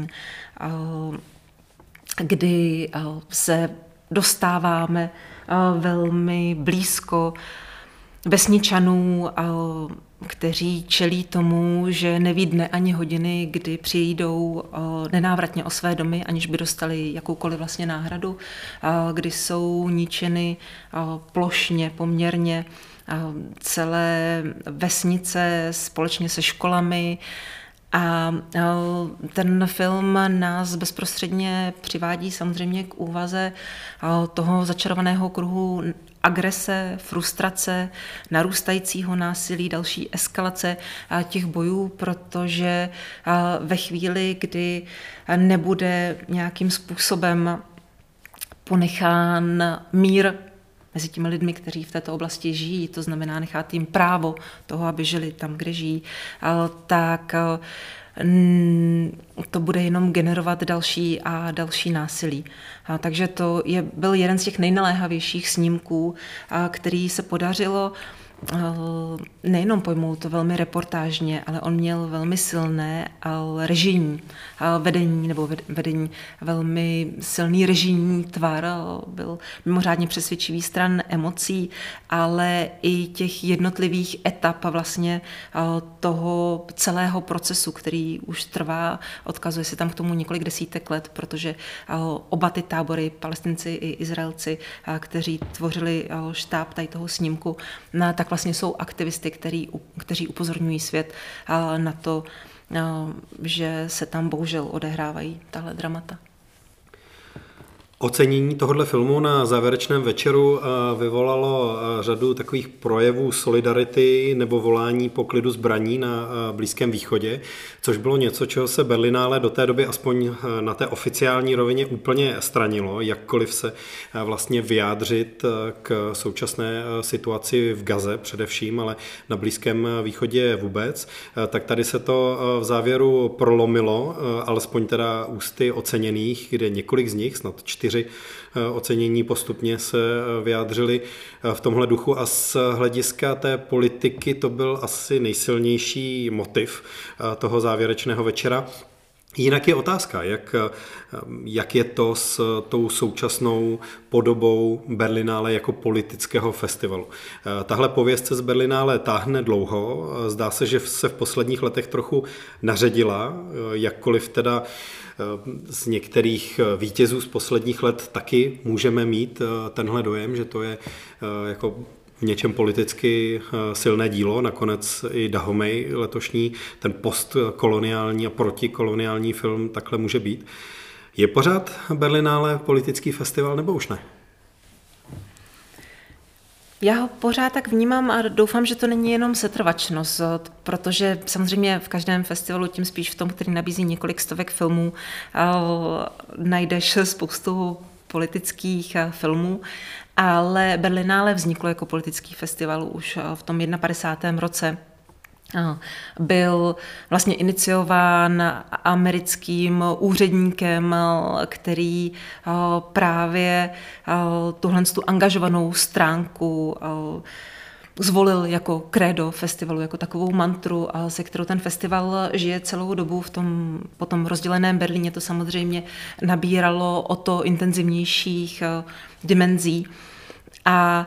kdy se dostáváme velmi blízko vesničanů, kteří čelí tomu, že neví dne ani hodiny, kdy přijdou nenávratně o své domy, aniž by dostali jakoukoliv vlastně náhradu, kdy jsou ničeny plošně, poměrně celé vesnice společně se školami. A ten film nás bezprostředně přivádí samozřejmě k úvaze toho začarovaného kruhu agrese, frustrace, narůstajícího násilí, další eskalace těch bojů, protože ve chvíli, kdy nebude nějakým způsobem ponechán mír mezi těmi lidmi, kteří v této oblasti žijí, to znamená nechat jim právo toho, aby žili tam, kde žijí, tak to bude jenom generovat další a další násilí. Byl jeden z těch nejnaléhavějších snímků, který se podařilo nejenom pojmout to velmi reportážně, ale on měl velmi silné režijní vedení, nebo vedení velmi silný režijní tvar, byl mimořádně přesvědčivý stran emocí, ale i těch jednotlivých etap vlastně toho celého procesu, který už trvá, odkazuje se tam k tomu několik desítek let, protože oba ty tábory, Palestinci i Izraelci, kteří tvořili štáb tady toho snímku, tak vlastně jsou aktivisty, kteří upozorňují svět na to, že se tam bohužel odehrávají tahle dramata. Ocenění tohoto filmu na závěrečném večeru vyvolalo řadu takových projevů solidarity nebo volání po klidu zbraní na Blízkém východě, což bylo něco, čeho se Berlinále do té doby aspoň na té oficiální rovině úplně stranilo, jakkoliv se vlastně vyjádřit k současné situaci v Gaze především, ale na Blízkém východě vůbec. Tak tady se to v závěru prolomilo, alespoň teda ústy oceněných, kde několik z nich, snad 4 ocenění postupně se vyjádřili v tomhle duchu a z hlediska té politiky to byl asi nejsilnější motiv toho závěrečného večera. Jinak je otázka, jak je to s tou současnou podobou Berlinále jako politického festivalu. Tahle pověst se z Berlinále táhne dlouho, zdá se, že se v posledních letech trochu naředila, jakkoliv teda z některých vítězů z posledních let taky můžeme mít tenhle dojem, že to je jako v něčem politicky silné dílo. Nakonec i Dahomey letošní, ten postkoloniální a protikoloniální film takhle může být. Je pořád Berlinále politický festival nebo už ne? Já ho pořád tak vnímám a doufám, že to není jenom setrvačnost, protože samozřejmě v každém festivalu, tím spíš v tom, který nabízí několik stovek filmů, najdeš spoustu politických filmů, ale Berlinále vzniklo jako politický festival už v tom 51. roce. Byl vlastně iniciován americkým úředníkem, který právě tuhle angažovanou stránku zvolil jako krédo festivalu, jako takovou mantru, se kterou ten festival žije celou dobu. Po tom rozděleném Berlíně to samozřejmě nabíralo o to intenzivnějších dimenzí. A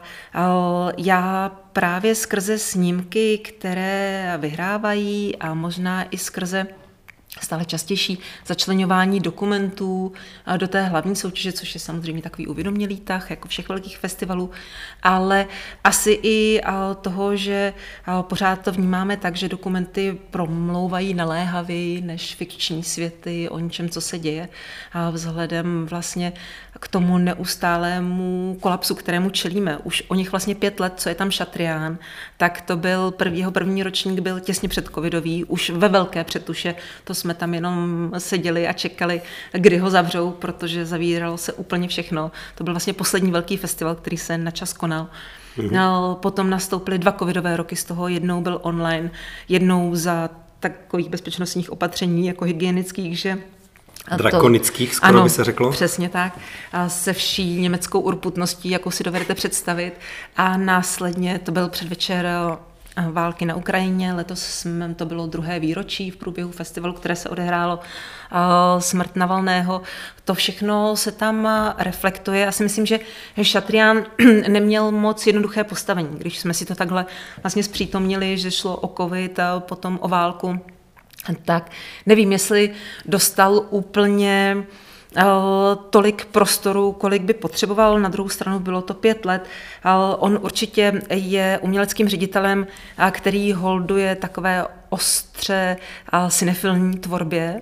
já právě skrze snímky, které vyhrávají a možná i skrze stále častější začleňování dokumentů do té hlavní soutěže, což je samozřejmě takový uvědomělý tah, jako všech velkých festivalů, ale asi i toho, že pořád to vnímáme tak, že dokumenty promlouvají naléhavěji než fikční světy o něčem, co se děje, a vzhledem vlastně k tomu neustálému kolapsu, kterému čelíme. Už o nich vlastně 5 let, co je tam Chatrián, tak to byl jeho první ročník byl těsně před covidový, už ve velké předtuše, to jsme tam jenom seděli a čekali, kdy ho zavřou, protože zavíralo se úplně všechno. To byl vlastně poslední velký festival, který se na čas konal. Potom nastoupily 2 covidové roky, z toho jednou byl online, jednou za takových bezpečnostních opatření jako hygienických, že drakonických, skoro ano, by se řeklo. Přesně tak. A se vší německou urputností, jakou si dovedete představit. A následně to byl předvečer války na Ukrajině. Letos to bylo 2. výročí v průběhu festivalu, které se odehrálo, smrt Navalného. To všechno se tam reflektuje. Já si myslím, že Chatrián neměl moc jednoduché postavení. Když jsme si to takhle vlastně zpřítomnili, že šlo o covid a potom o válku, tak nevím, jestli dostal úplně tolik prostoru, kolik by potřeboval. Na druhou stranu bylo to 5 let. On určitě je uměleckým ředitelem, který holduje takové ostře cinefilní tvorbě,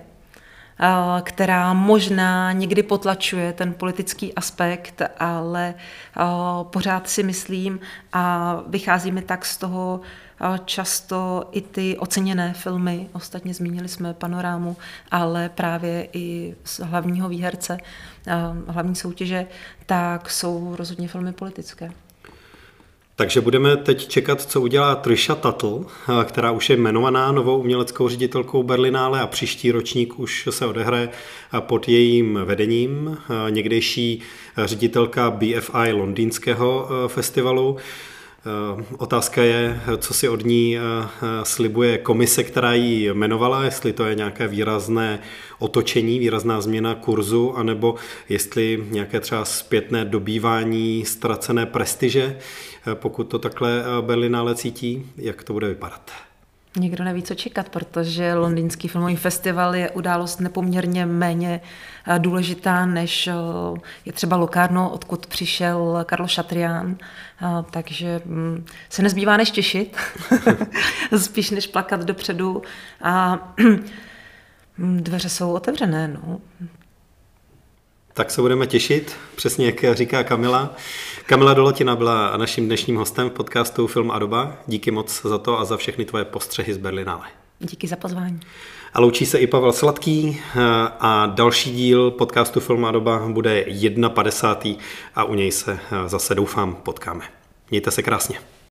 která možná někdy potlačuje ten politický aspekt, ale pořád si myslím a vycházíme tak z toho často i ty oceněné filmy, ostatně zmínili jsme Panorámu, ale právě i z hlavního výherce, hlavní soutěže, tak jsou rozhodně filmy politické. Takže budeme teď čekat, co udělá Trisha Tuttle, která už je jmenovaná novou uměleckou ředitelkou Berlinále a příští ročník už se odehraje pod jejím vedením. Někdejší ředitelka BFI londýnského festivalu. Otázka je, co si od ní slibuje komise, která ji jmenovala, jestli to je nějaké výrazné otočení, výrazná změna kurzu, anebo jestli nějaké třeba zpětné dobývání ztracené prestiže, pokud to takhle Berlinále cítí, jak to bude vypadat. Nikdo neví, co čekat, protože Londýnský filmový festival je událost nepoměrně méně důležitá, než je třeba Locarno, odkud přišel Karlo Chatrian, takže se nezbývá než těšit, spíš než plakat dopředu a dveře jsou otevřené. No. Tak se budeme těšit, přesně jak říká Kamila. Kamila Dolotina byla naším dnešním hostem v podcastu Film a doba. Díky moc za to a za všechny tvoje postřehy z Berlinále. Díky za pozvání. A loučí se i Pavel Sladký a další díl podcastu Film a doba bude 51. a u něj se zase doufám potkáme. Mějte se krásně.